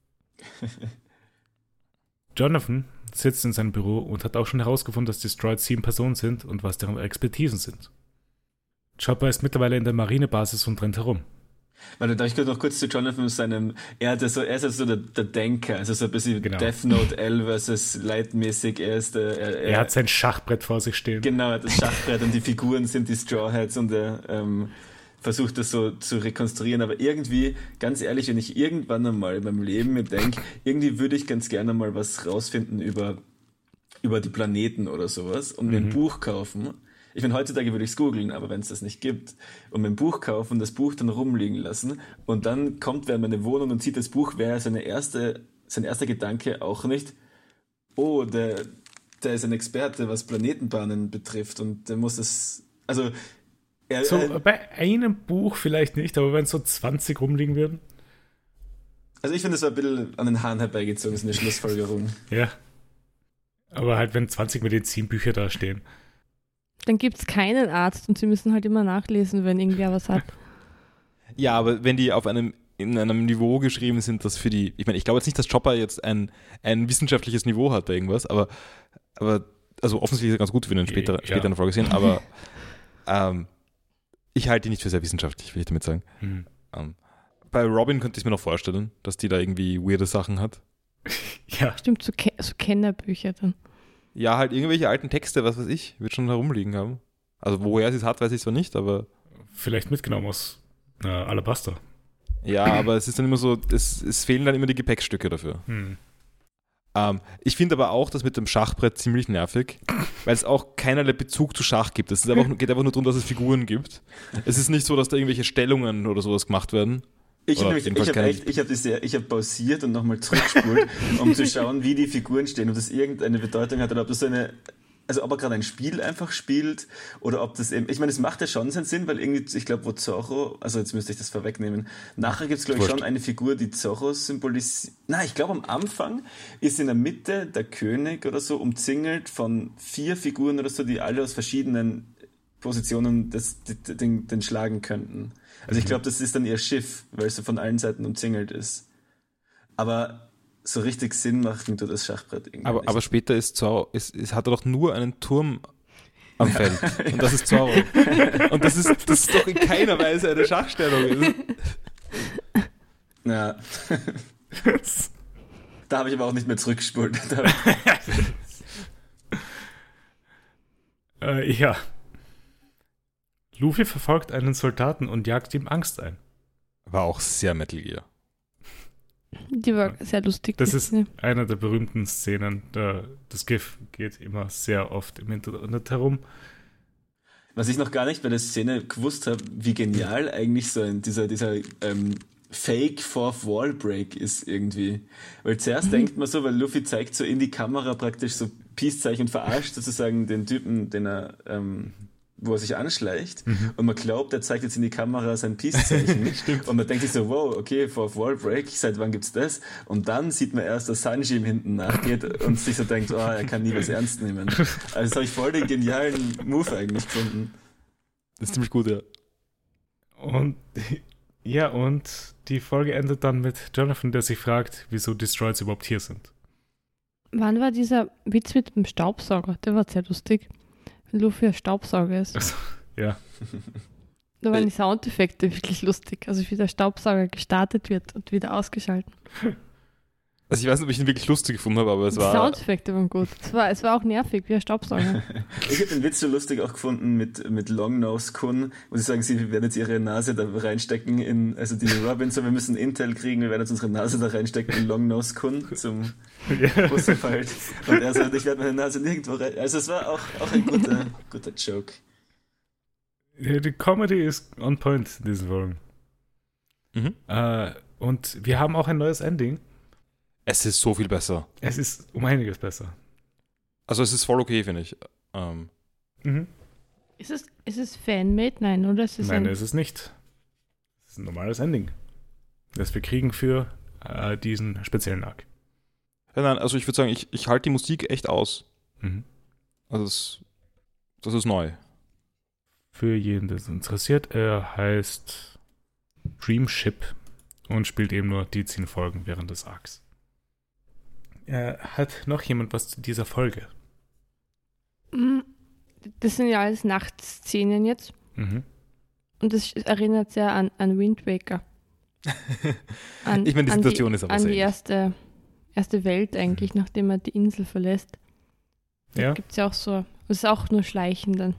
Jonathan sitzt in seinem Büro und hat auch schon herausgefunden, dass die Destroyed sieben Personen sind und was deren Expertisen sind. Chopper ist mittlerweile in der Marinebasis und rennt herum. Warte, darf ich noch kurz zu Jonathan mit seinem... Er, hat ja so, er ist ja so der, der Denker, also so ein bisschen Genau. Death Note L versus Light-mäßig. Er ist der... Er, Er hat sein Schachbrett vor sich stehen. Genau, er hat das Schachbrett und die Figuren sind die Straw Hats und er ähm, versucht das so zu rekonstruieren. Aber irgendwie, ganz ehrlich, wenn ich irgendwann einmal in meinem Leben mir denke, irgendwie würde ich ganz gerne mal was rausfinden über, über die Planeten oder sowas und mir ein Buch kaufen. Ich meine, heutzutage würde ich es googeln, aber wenn es das nicht gibt, und mir ein Buch kaufen, das Buch dann rumliegen lassen und dann kommt wer in meine Wohnung und sieht das Buch, wäre seine erste, sein erster Gedanke auch nicht, oh, der, der ist ein Experte, was Planetenbahnen betrifft und der muss es, also er, So, er, bei einem Buch vielleicht nicht, aber wenn so zwanzig rumliegen würden. also ich finde, es war ein bisschen an den Haaren herbeigezogen, so eine Schlussfolgerung. Ja. Aber halt, wenn zwanzig Medizinbücher da stehen. Dann gibt es keinen Arzt und sie müssen halt immer nachlesen, wenn irgendwer was hat. Ja, aber wenn die auf einem in einem Niveau geschrieben sind, das für die, ich meine, ich glaube jetzt nicht, dass Chopper jetzt ein, ein wissenschaftliches Niveau hat oder irgendwas, aber, aber also offensichtlich ist er ganz gut, wenn wir ihn später, Ja. später in der Folge sehen, aber ähm, ich halte ihn nicht für sehr wissenschaftlich, will ich damit sagen. Hm. Ähm, bei Robin könnte ich mir noch vorstellen, dass die da irgendwie weirde Sachen hat. Ja, Stimmt, so, Ke so Kennerbücher dann. Ja, halt irgendwelche alten Texte, was weiß ich, wird schon herumliegen haben. Also woher sie es hat, weiß ich zwar nicht, aber vielleicht mitgenommen aus äh, Alabaster. ja, aber es ist dann immer so, es, es fehlen dann immer die Gepäckstücke dafür. Hm. Ähm, ich finde aber auch das mit dem Schachbrett ziemlich nervig, weil es auch keinerlei Bezug zu Schach gibt. Es ist einfach, geht einfach nur darum, dass es Figuren gibt. Es ist nicht so, dass da irgendwelche Stellungen oder sowas gemacht werden. Ich Oder habe ich jedenfalls hab keine- echt, ich habe sehr, ich habe pausiert und nochmal zurückgespult, um zu schauen, wie die Figuren stehen, ob das irgendeine Bedeutung hat oder ob das so eine, also ob er gerade ein Spiel einfach spielt oder ob das eben, ich meine, es macht ja schon seinen Sinn, weil irgendwie, ich glaube, wo Zorro, also jetzt müsste ich das vorwegnehmen, nachher gibt es glaube ich Wurscht. schon eine Figur, die Zorro symbolisiert, na, ich glaube am Anfang ist in der Mitte der König oder so umzingelt von vier Figuren oder so, die alle aus verschiedenen Positionen das, den, den schlagen könnten. Also ich glaube, das ist dann ihr Schiff, weil es so von allen Seiten umzingelt ist. Aber so richtig Sinn macht mir das Schachbrett irgendwie Aber, nicht. aber später ist Zorro, ist, ist, hat er doch nur einen Turm am Feld. Und das ist Zorro. Und das ist, das ist doch in keiner Weise eine Schachstellung. Ja. Da habe ich aber auch nicht mehr zurückgespult. Da- Äh, ja. Luffy verfolgt einen Soldaten und jagt ihm Angst ein. War auch sehr Metal Gear. Die war sehr lustig. Das die ist Szene. einer der berühmten Szenen. Der, das GIF geht immer sehr oft im Internet herum. Was ich noch gar nicht bei der Szene gewusst habe, wie genial eigentlich so ein, dieser, dieser ähm, Fake Fourth Wall Break ist irgendwie. Weil zuerst denkt man so, weil Luffy zeigt so in die Kamera praktisch so Peace-Zeichen und verarscht sozusagen den Typen, den er, ähm, wo er sich anschleicht. Und man glaubt, er zeigt jetzt in die Kamera sein Peace-Zeichen. Und man denkt sich so, wow, okay, Fourth Wall Break, seit wann gibt's das? Und dann sieht man erst, dass Sanji ihm hinten nachgeht und sich so denkt, oh, er kann nie was ernst nehmen. Also das habe ich voll den genialen Move eigentlich gefunden. Das ist ziemlich gut, ja. Und ja, und die Folge endet dann mit Jonathan, der sich fragt, wieso Destroyeds überhaupt hier sind. Wann war dieser Witz mit dem Staubsauger? Der war sehr lustig. Wenn Luffy ein Staubsauger ist. Also, ja. Da waren die Soundeffekte wirklich lustig. Also wie der Staubsauger gestartet wird und wieder ausgeschalten. Also ich weiß nicht, ob ich ihn wirklich lustig gefunden habe, aber es Die war... Soundeffekte waren gut. Es war, es war auch nervig, wie ein Staubsauger. Ich habe den Witz so lustig auch gefunden mit, mit Longnose Kun, wo sie sagen, sie werden jetzt ihre Nase da reinstecken in, also die Robin, so wir müssen Intel kriegen, wir werden jetzt unsere Nase da reinstecken in Longnose Kun zum Bussenfalt. Und er sagt, ich werde meine Nase nirgendwo rein. Also es war auch, auch ein guter, guter Joke. Ja, die Comedy ist on point in diesen Folgen. Mhm. Äh, und wir haben auch ein neues Ending. Es ist so viel besser. Es ist um einiges besser. Also es ist voll okay, finde ich. Ähm, Mhm. Ist es, ist es Fanmade? Nein, oder? Es ist Nein, ein, es ist nicht. Es ist ein normales Ending, das wir kriegen für äh, diesen speziellen Arc. ja, nein, also ich würde sagen, ich, ich halte die Musik echt aus. Mhm. Also das, das ist neu. Für jeden, der es interessiert, er heißt Dreamship und spielt eben nur die zehn Folgen während des Arcs. Äh, hat noch jemand was zu dieser Folge? Mm, das sind ja alles Nachtszenen jetzt. Mhm. Und das erinnert sehr an, an Wind Waker. An, Ich meine, die an Situation ist aber An sehr die ähnlich. erste, erste Welt eigentlich, nachdem er die Insel verlässt. Ja. Gibt es ja auch so. Das ist auch nur Schleichen dann.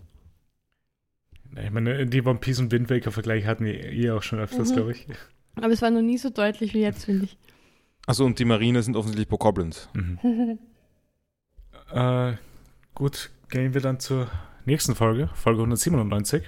Ich meine, die One Piece und Wind Waker Vergleich hatten wir eh auch schon öfters, Mhm. glaube ich. Aber es war noch nie so deutlich wie jetzt, finde ich. Also und die Marine sind offensichtlich Bokoblins. Mhm. äh, gut, gehen wir dann zur nächsten Folge, Folge hundertsiebenundneunzig.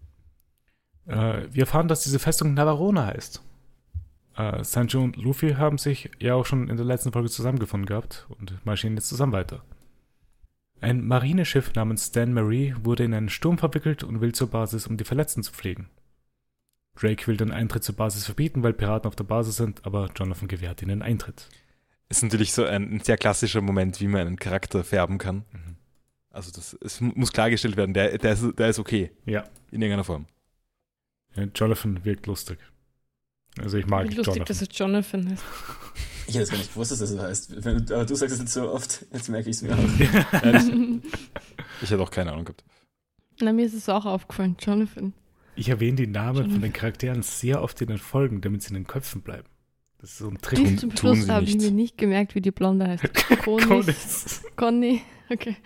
Äh, wir erfahren, dass diese Festung Navarone heißt. Äh, Sanji und Luffy haben sich ja auch schon in der letzten Folge zusammengefunden gehabt und marschieren jetzt zusammen weiter. Ein Marineschiff namens Stan Marie wurde in einen Sturm verwickelt und will zur Basis, um die Verletzten zu pflegen. Drake will den Eintritt zur Basis verbieten, weil Piraten auf der Basis sind, aber Jonathan gewährt ihnen Eintritt. Ist natürlich so ein, ein sehr klassischer Moment, wie man einen Charakter färben kann. Mhm. Also das, es muss klargestellt werden, der, der, ist, der ist okay. Ja. In irgendeiner Form. Ja, Jonathan wirkt lustig. Also ich mag Wie lustig, Jonathan. dass es Jonathan heißt. Ich hätte es gar nicht gewusst, dass das so heißt. Wenn, aber du sagst es jetzt so oft, jetzt merke ich es mir auch. Ja, das, ich hätte auch keine Ahnung gehabt. Na, mir ist es auch aufgefallen, Jonathan. Ich erwähne die Namen Jonathan. von den Charakteren sehr oft in den Folgen, damit sie in den Köpfen bleiben. Das ist so ein Trick. Bis zum tun Schluss sie habe ich nicht. mir nicht gemerkt, wie die Blonde heißt. Conis, Conis. Conny, okay.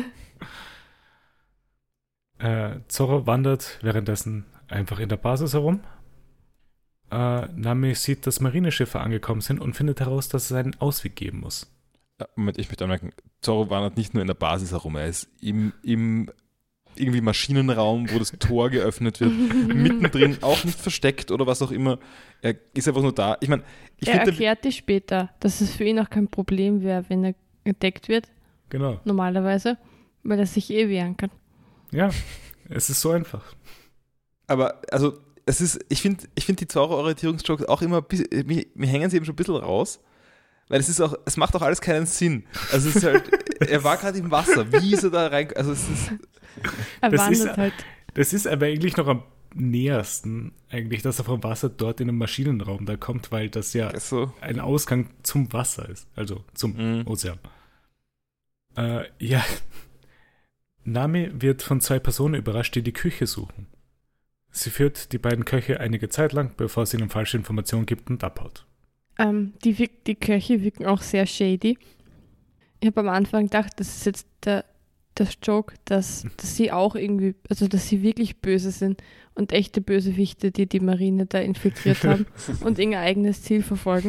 Äh, Zorro wandert währenddessen einfach in der Basis herum. Äh, Nami sieht, dass Marineschiffe angekommen sind und findet heraus, dass es einen Ausweg geben muss. Ja, Moment, ich möchte anmerken, Zorro wandert nicht nur in der Basis herum, er ist im, im irgendwie Maschinenraum, wo das Tor geöffnet wird, mittendrin, auch nicht versteckt oder was auch immer. Er ist einfach nur da. Ich meine, ich Er finde, erklärt dir später, dass es für ihn auch kein Problem wäre, wenn er entdeckt wird, Genau. normalerweise, weil er sich eh wehren kann. Ja, es ist so einfach. aber also es ist, ich finde, ich finde die Zorro-Orientierungsjokes auch immer, ein bisschen- mir, mir hängen sie eben schon ein bisschen raus, weil es ist auch, es macht auch alles keinen Sinn. Also es ist halt, er war gerade im Wasser, wie ist er da rein, also es ist, Er Das wandert ist- halt. Das ist aber eigentlich noch am nähersten, eigentlich, dass er vom Wasser dort in den Maschinenraum da kommt, weil das ja so, ein Ausgang zum Wasser ist, also zum Mhm. Ozean. Äh, ja. Nami wird von zwei Personen überrascht, die die Küche suchen. Sie führt die beiden Köche einige Zeit lang, bevor sie ihnen falsche Informationen gibt und abhaut. Ähm, die, wirk- die Köche wirken auch sehr shady. Ich habe am Anfang gedacht, das ist jetzt der, der Joke, dass, dass sie auch irgendwie, also dass sie wirklich böse sind und echte Bösewichte, die die Marine da infiltriert haben und ihr eigenes Ziel verfolgen.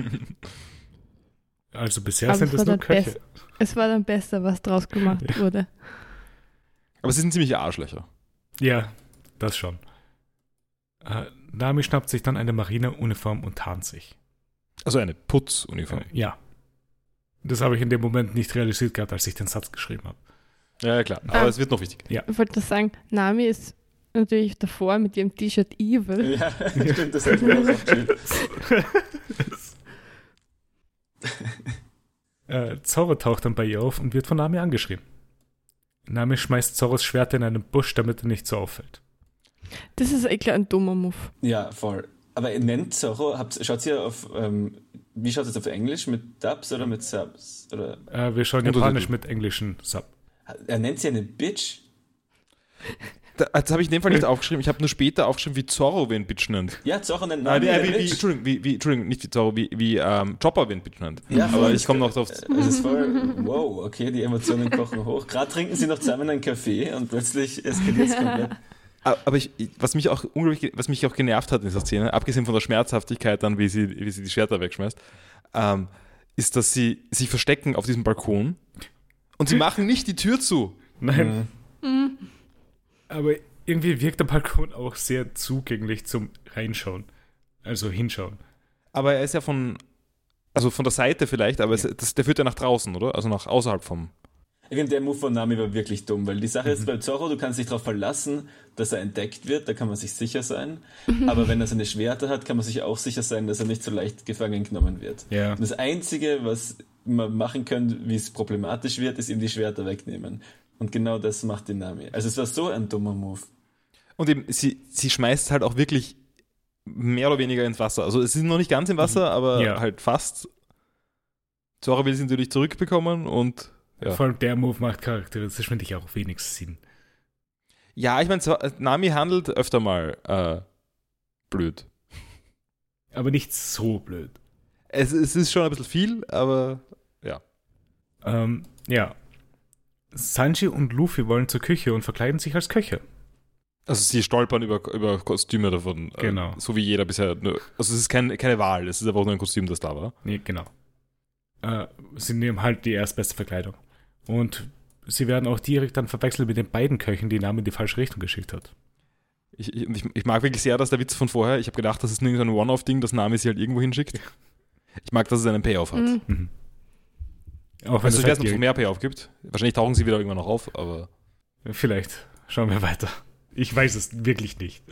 Also bisher Aber sind es es war nur dann Köche. best- Es war dann besser, was draus gemacht wurde. aber sie sind ziemliche Arschlöcher. Ja, das schon. Äh, Nami schnappt sich dann eine Marineuniform und tarnt sich. Also eine Putzuniform. Äh, ja. Das habe ich in dem Moment nicht realisiert gehabt, als ich den Satz geschrieben habe. Ja, ja, klar, aber Ah. es wird noch wichtig. Ich wollte das sagen, Nami ist natürlich davor mit ihrem T-Shirt evil. Ja, stimmt, das hat mir auch aufgeschrieben. Äh, Zorro taucht dann bei ihr auf und wird von Nami angeschrien. Nami schmeißt Zorros Schwert in einen Busch, damit er nicht so auffällt. Das ist eigentlich ein dummer Move. Ja, voll. Aber ihr nennt Zorro, habt, schaut ihr auf, ähm, wie schaut es auf Englisch? Mit Dubs oder mit Subs? Oder, Äh, wir schauen Untertitel. japanisch mit englischen Sub. er nennt sie eine Bitch. Da, das habe ich in dem Fall nicht aufgeschrieben. Ich habe nur später aufgeschrieben, wie Zorro wen Bitch nennt. Ja, Zorro nennt Nein, Nami wie, den wie, wie, Bitch. Entschuldigung, wie, wie, Entschuldigung, nicht wie Zorro, wie, wie ähm, Chopper wen Bitch nennt. Ja, aber voll, ich komme noch drauf. Das ist voll, wow, okay, die Emotionen kochen hoch. Gerade trinken sie noch zusammen einen Kaffee und plötzlich eskaliert es komplett. Aber ich, was mich auch unglaublich, was mich auch genervt hat in dieser Szene, abgesehen von der Schmerzhaftigkeit dann, wie sie, wie sie die Schwerter wegschmeißt, ähm, ist, dass sie sich verstecken auf diesem Balkon und sie machen nicht die Tür zu. Nein. Mhm. Aber irgendwie wirkt der Balkon auch sehr zugänglich zum Reinschauen. Also hinschauen. Aber er ist ja von, also von der Seite vielleicht, aber es, das, der führt ja nach draußen, oder? Also nach außerhalb vom... Ich finde, der Move von Nami war wirklich dumm, weil die Sache ist, bei Zorro, du kannst dich darauf verlassen, dass er entdeckt wird, da kann man sich sicher sein. Aber wenn er seine Schwerter hat, kann man sich auch sicher sein, dass er nicht so leicht gefangen genommen wird. Ja. Und das Einzige, was man machen kann, wie es problematisch wird, ist ihm die Schwerter wegnehmen. Und genau das macht die Nami. Also es war so ein dummer Move. Und eben, sie, sie schmeißt halt auch wirklich mehr oder weniger ins Wasser. Also es ist noch nicht ganz im Wasser, aber Ja. halt fast. Zora will sie natürlich zurückbekommen und ja. Vor allem der Move macht charakteristisch, finde ich, auch wenig Sinn. Ja, ich meine, Nami handelt öfter mal äh, blöd. Aber nicht so blöd. Es, es ist schon ein bisschen viel, aber ja. Ähm, ja. Sanji und Luffy wollen zur Küche und verkleiden sich als Köche. Also sie stolpern über, über Kostüme davon. Genau. Äh, so wie jeder bisher. Nur, also es ist kein, keine Wahl, es ist einfach nur ein Kostüm, das da war. Nee, genau. Äh, sie nehmen halt die erstbeste Verkleidung. Und sie werden auch direkt dann verwechselt mit den beiden Köchen, die Nami in die falsche Richtung geschickt hat. Ich, ich, ich mag wirklich sehr, dass der Witz von vorher, ich habe gedacht, das ist nur ein One-Off-Ding, dass Nami sie halt irgendwo hinschickt. Ich mag, dass es einen Payoff hat. Mhm. Mhm. Auch wenn Weißt du, es wer halt es noch direkt- mehr Payoff gibt? Wahrscheinlich tauchen sie wieder irgendwann noch auf, aber Vielleicht. Schauen wir weiter. Ich weiß es wirklich nicht.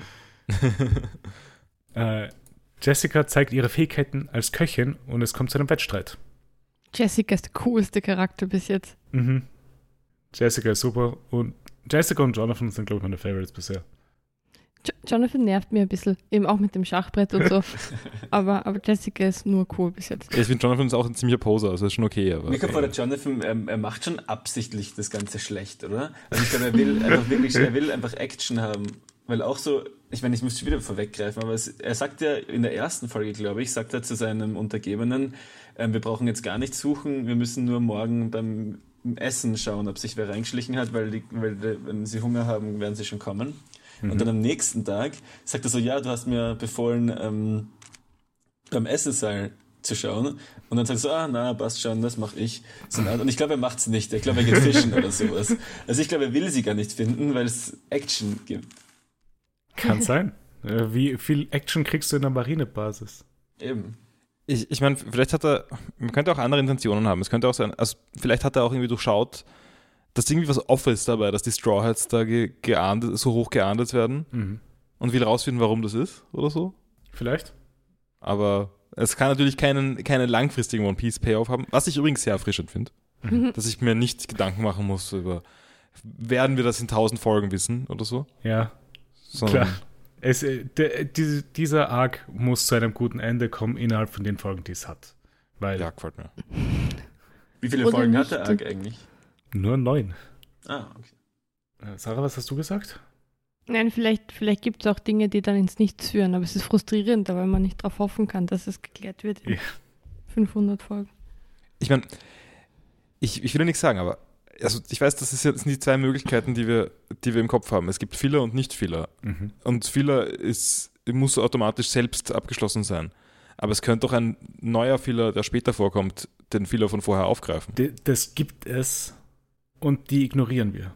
äh, Jessica zeigt ihre Fähigkeiten als Köchin und es kommt zu einem Wettstreit. Jessica ist der coolste Charakter bis jetzt. Mhm. Jessica ist super und Jessica und Jonathan sind, glaube ich, meine Favorites bisher. Jo- Jonathan nervt mir ein bisschen, eben auch mit dem Schachbrett und so. aber, aber Jessica ist nur cool bis jetzt. ich finde Jonathan ist auch ein ziemlicher Poser, also ist schon okay. Aber Mir kommt vor, der Jonathan, ähm, er macht schon absichtlich das Ganze schlecht, oder? Also ich glaube, er will einfach wirklich, er will einfach Action haben. Weil auch so, ich meine, ich muss schon wieder vorweggreifen, aber es, er sagt ja in der ersten Folge, glaube ich, sagt er zu seinem Untergebenen, ähm, wir brauchen jetzt gar nichts suchen, wir müssen nur morgen beim Essen schauen, ob sich wer reingeschlichen hat, weil, die, weil die, wenn sie Hunger haben, werden sie schon kommen. Und dann am nächsten Tag sagt er so, ja, du hast mir befohlen, ähm, beim Essenssaal zu schauen. Und dann sagt er so, ah, na, passt schon, das mache ich. So, und ich glaube, er macht es nicht. Ich glaube, er geht fischen oder sowas. Also ich glaube, er will sie gar nicht finden, weil es Action gibt. Kann sein. Äh, wie viel Action kriegst du in der Marinebasis? Eben. ich, ich meine, vielleicht hat er, man könnte auch andere Intentionen haben. Es könnte auch sein, also vielleicht hat er auch irgendwie durchschaut, dass irgendwie was off ist dabei, dass die Straw Hats da ge, geahndet, so hoch geahndet werden Mhm. und will rausfinden, warum das ist oder so. Vielleicht? Aber es kann natürlich keinen, keinen langfristigen One Piece Payoff haben, was ich übrigens sehr erfrischend finde, Mhm. dass ich mir nicht Gedanken machen muss über, werden wir das in tausend Folgen wissen oder so. Ja, Sondern, klar. Es, äh, der, diese, dieser Arc muss zu einem guten Ende kommen innerhalb von den Folgen, die es hat. Weil ja, gefällt mir. Wie viele Oder Folgen nicht. hat der Arc eigentlich? nur neun. Ah, okay. Äh, Sarah, was hast du gesagt? Nein, vielleicht, vielleicht gibt es auch Dinge, die dann ins Nichts führen, aber es ist frustrierend, weil man nicht darauf hoffen kann, dass es geklärt wird in Ja. fünfhundert Folgen. Ich meine, ich, ich will ja nichts sagen, aber also ich weiß, das, ist ja, das sind die zwei Möglichkeiten, die wir, die wir im Kopf haben. Es gibt Filler und Nicht-Filler. Mhm. Und Filler ist, muss automatisch selbst abgeschlossen sein. Aber es könnte auch ein neuer Filler, der später vorkommt, den Filler von vorher aufgreifen. D- Das gibt es und die ignorieren wir.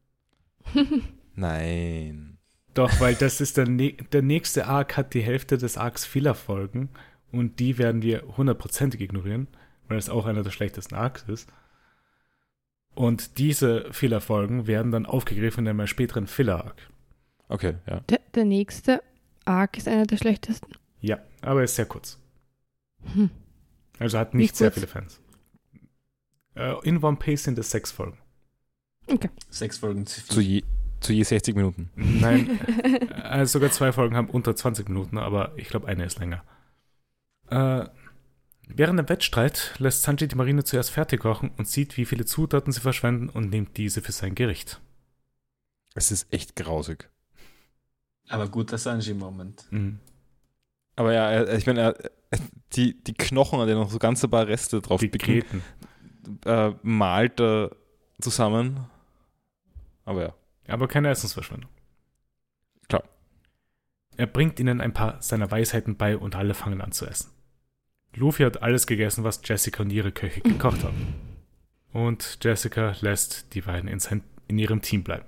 Nein. Doch, weil das ist der, ne der nächste Arc hat die Hälfte des Arcs Filler-Folgen und die werden wir hundertprozentig ignorieren, weil es auch einer der schlechtesten Arcs ist. Und diese Filler-Folgen werden dann aufgegriffen in einem späteren Filler-Arc. Okay, ja. Der, der nächste Arc ist einer der schlechtesten. Ja, aber er ist sehr kurz. Hm. Also hat Wie nicht sehr kurz? viele Fans. Äh, in One Piece sind es sechs Folgen. Okay. Sechs Folgen zu Zu viel. je, zu je sechzig Minuten. Nein, äh, sogar zwei Folgen haben unter zwanzig Minuten, aber ich glaube, eine ist länger. Äh, während dem Wettstreit lässt Sanji die Marine zuerst fertig kochen und sieht, wie viele Zutaten sie verschwenden und nimmt diese für sein Gericht. Es ist echt grausig. Aber guter Sanji-Moment. Mhm. Aber ja, er- ich meine, er- die, die Knochen, an denen noch so ganze paar Reste drauf Die picken, Gräten. äh, malt er zusammen. Aber ja. Aber keine Essensverschwendung. Klar. Er bringt ihnen ein paar seiner Weisheiten bei und alle fangen an zu essen. Luffy hat alles gegessen, was Jessica und ihre Köche gekocht haben. Und Jessica lässt die beiden in, sein, in ihrem Team bleiben.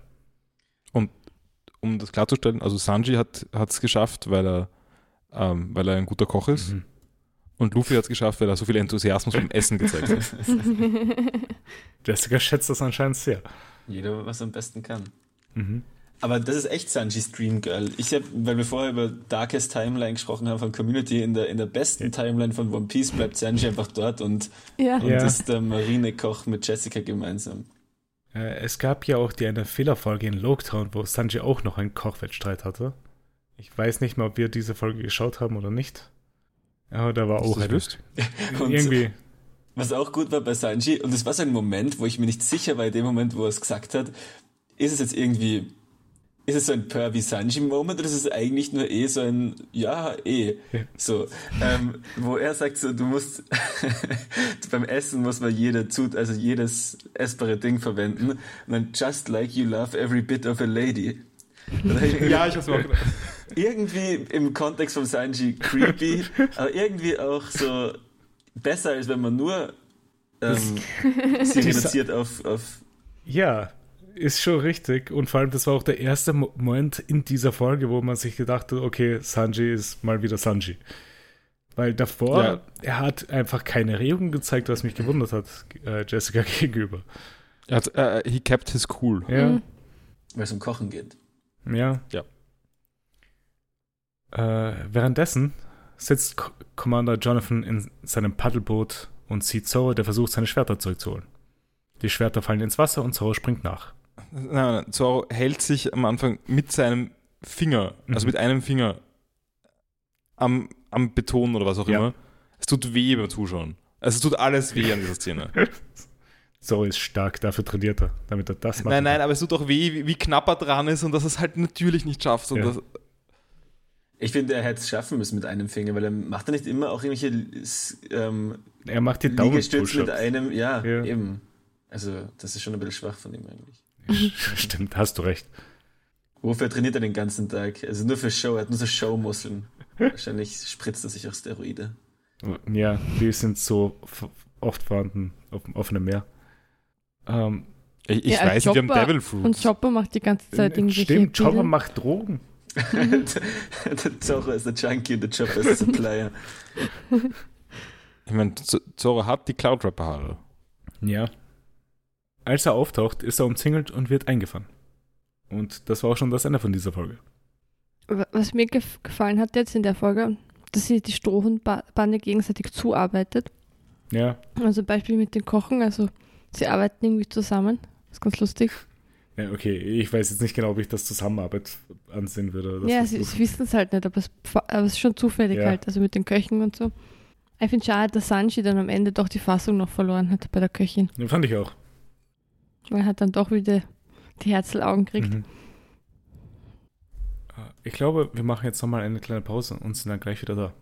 Um das klarzustellen, also Sanji hat es geschafft, weil er, ähm, weil er ein guter Koch ist. Mhm. Und Luffy hat es geschafft, weil er so viel Enthusiasmus beim Essen gezeigt hat. Jessica schätzt das anscheinend sehr. Jeder, was er am besten kann. Mhm. Aber das ist echt Sanjis Dream Girl. Ich habe, weil wir vorher über Darkest Timeline gesprochen haben von Community, in der, in der besten Timeline von One Piece bleibt Sanji einfach dort und, Ja. und Ja. ist der Marinekoch mit Jessica gemeinsam. Äh, es gab ja auch die eine Fehlerfolge in Loketown, wo Sanji auch noch einen Kochwettstreit hatte. Ich weiß nicht mal, ob wir diese Folge geschaut haben oder nicht. Aber da war Hast auch du das eine, gewusst? Und irgendwie. was auch gut war bei Sanji, und es war so ein Moment, wo ich mir nicht sicher war, in dem Moment, wo er es gesagt hat, ist es jetzt irgendwie, ist es so ein Pervy Sanji-Moment oder ist es eigentlich nur eh so ein, ja, eh, so, ähm, wo er sagt so, du musst, beim Essen muss man jede Zut, also jedes essbare Ding verwenden und dann just like you love every bit of a lady. Ja, ich hab's mir auch gedacht. Irgendwie im Kontext von Sanji creepy, aber irgendwie auch so besser, als wenn man nur ähm, sie reduziert auf, auf Ja, ist schon richtig. Und vor allem, das war auch der erste Mo- Moment in dieser Folge, wo man sich gedacht hat, okay, Sanji ist mal wieder Sanji. Weil davor, Ja. er hat einfach keine Regung gezeigt, was mich gewundert hat, äh, Jessica gegenüber. Er hat, äh, he kept his cool. Ja, Mhm. weil es um Kochen geht. ja. Ja. Äh, währenddessen sitzt Co- Commander Jonathan in seinem Paddelboot und sieht Zoro, der versucht, seine Schwerter zurückzuholen. Die Schwerter fallen ins Wasser und Zoro springt nach. Nein, nein, Zoro hält sich am Anfang mit seinem Finger, also Mhm. mit einem Finger am, am Beton oder was auch Ja. immer. Es tut weh beim Zuschauen. Also es tut alles weh an dieser Szene. Zoro ist stark, dafür trainiert er, damit er das macht. Nein, nein, aber es tut auch weh, wie, wie knapp er dran ist und dass er es halt natürlich nicht schafft. Und Ja. das, Ich finde, er hätte es schaffen müssen mit einem Finger, weil er macht er nicht immer auch irgendwelche ähm, Er macht die Liegestütze mit Daumen-Push-Ups. einem, ja, Ja. eben. Also, das ist schon ein bisschen schwach von ihm eigentlich. Stimmt, hast du recht. Wofür trainiert er den ganzen Tag? Also nur für Show, er hat nur so Showmuskeln. Wahrscheinlich spritzt er sich auch Steroide. Ja, die sind so f- oft vorhanden auf dem offenen Meer. Ähm, ich ich Ja, weiß nicht, wir haben Chopper- Devil Und Fruits. Chopper macht die ganze Zeit irgendwelche stimmt, Chopper Pillen. macht Drogen. Der Zorro ist der Junkie und der Chopper ist der Supplier. Ich meine, Z- Zoro hat die Cloud-Rapper-Haare. Ja. Als er auftaucht, ist er umzingelt und wird eingefangen. Und das war auch schon das Ende von dieser Folge. Was mir gef gefallen hat jetzt in der Folge, dass sie die Strohhundbande gegenseitig zuarbeitet. Ja, Also Beispiel mit dem Kochen, also sie arbeiten irgendwie zusammen. Das ist ganz lustig. ja, okay. Ich weiß jetzt nicht genau, ob ich das Zusammenarbeit ansehen würde. Das ja, ist sie, gut. sie wissen es halt nicht, aber es, aber es ist schon zufällig Ja. halt, also mit den Köchen und so. Ich finde schade, dass Sanji dann am Ende doch die Fassung noch verloren hat bei der Köchin. Den fand ich auch. Weil er hat dann doch wieder die Herzlaugen gekriegt. Mhm. Ich glaube, wir machen jetzt nochmal eine kleine Pause und sind dann gleich wieder da.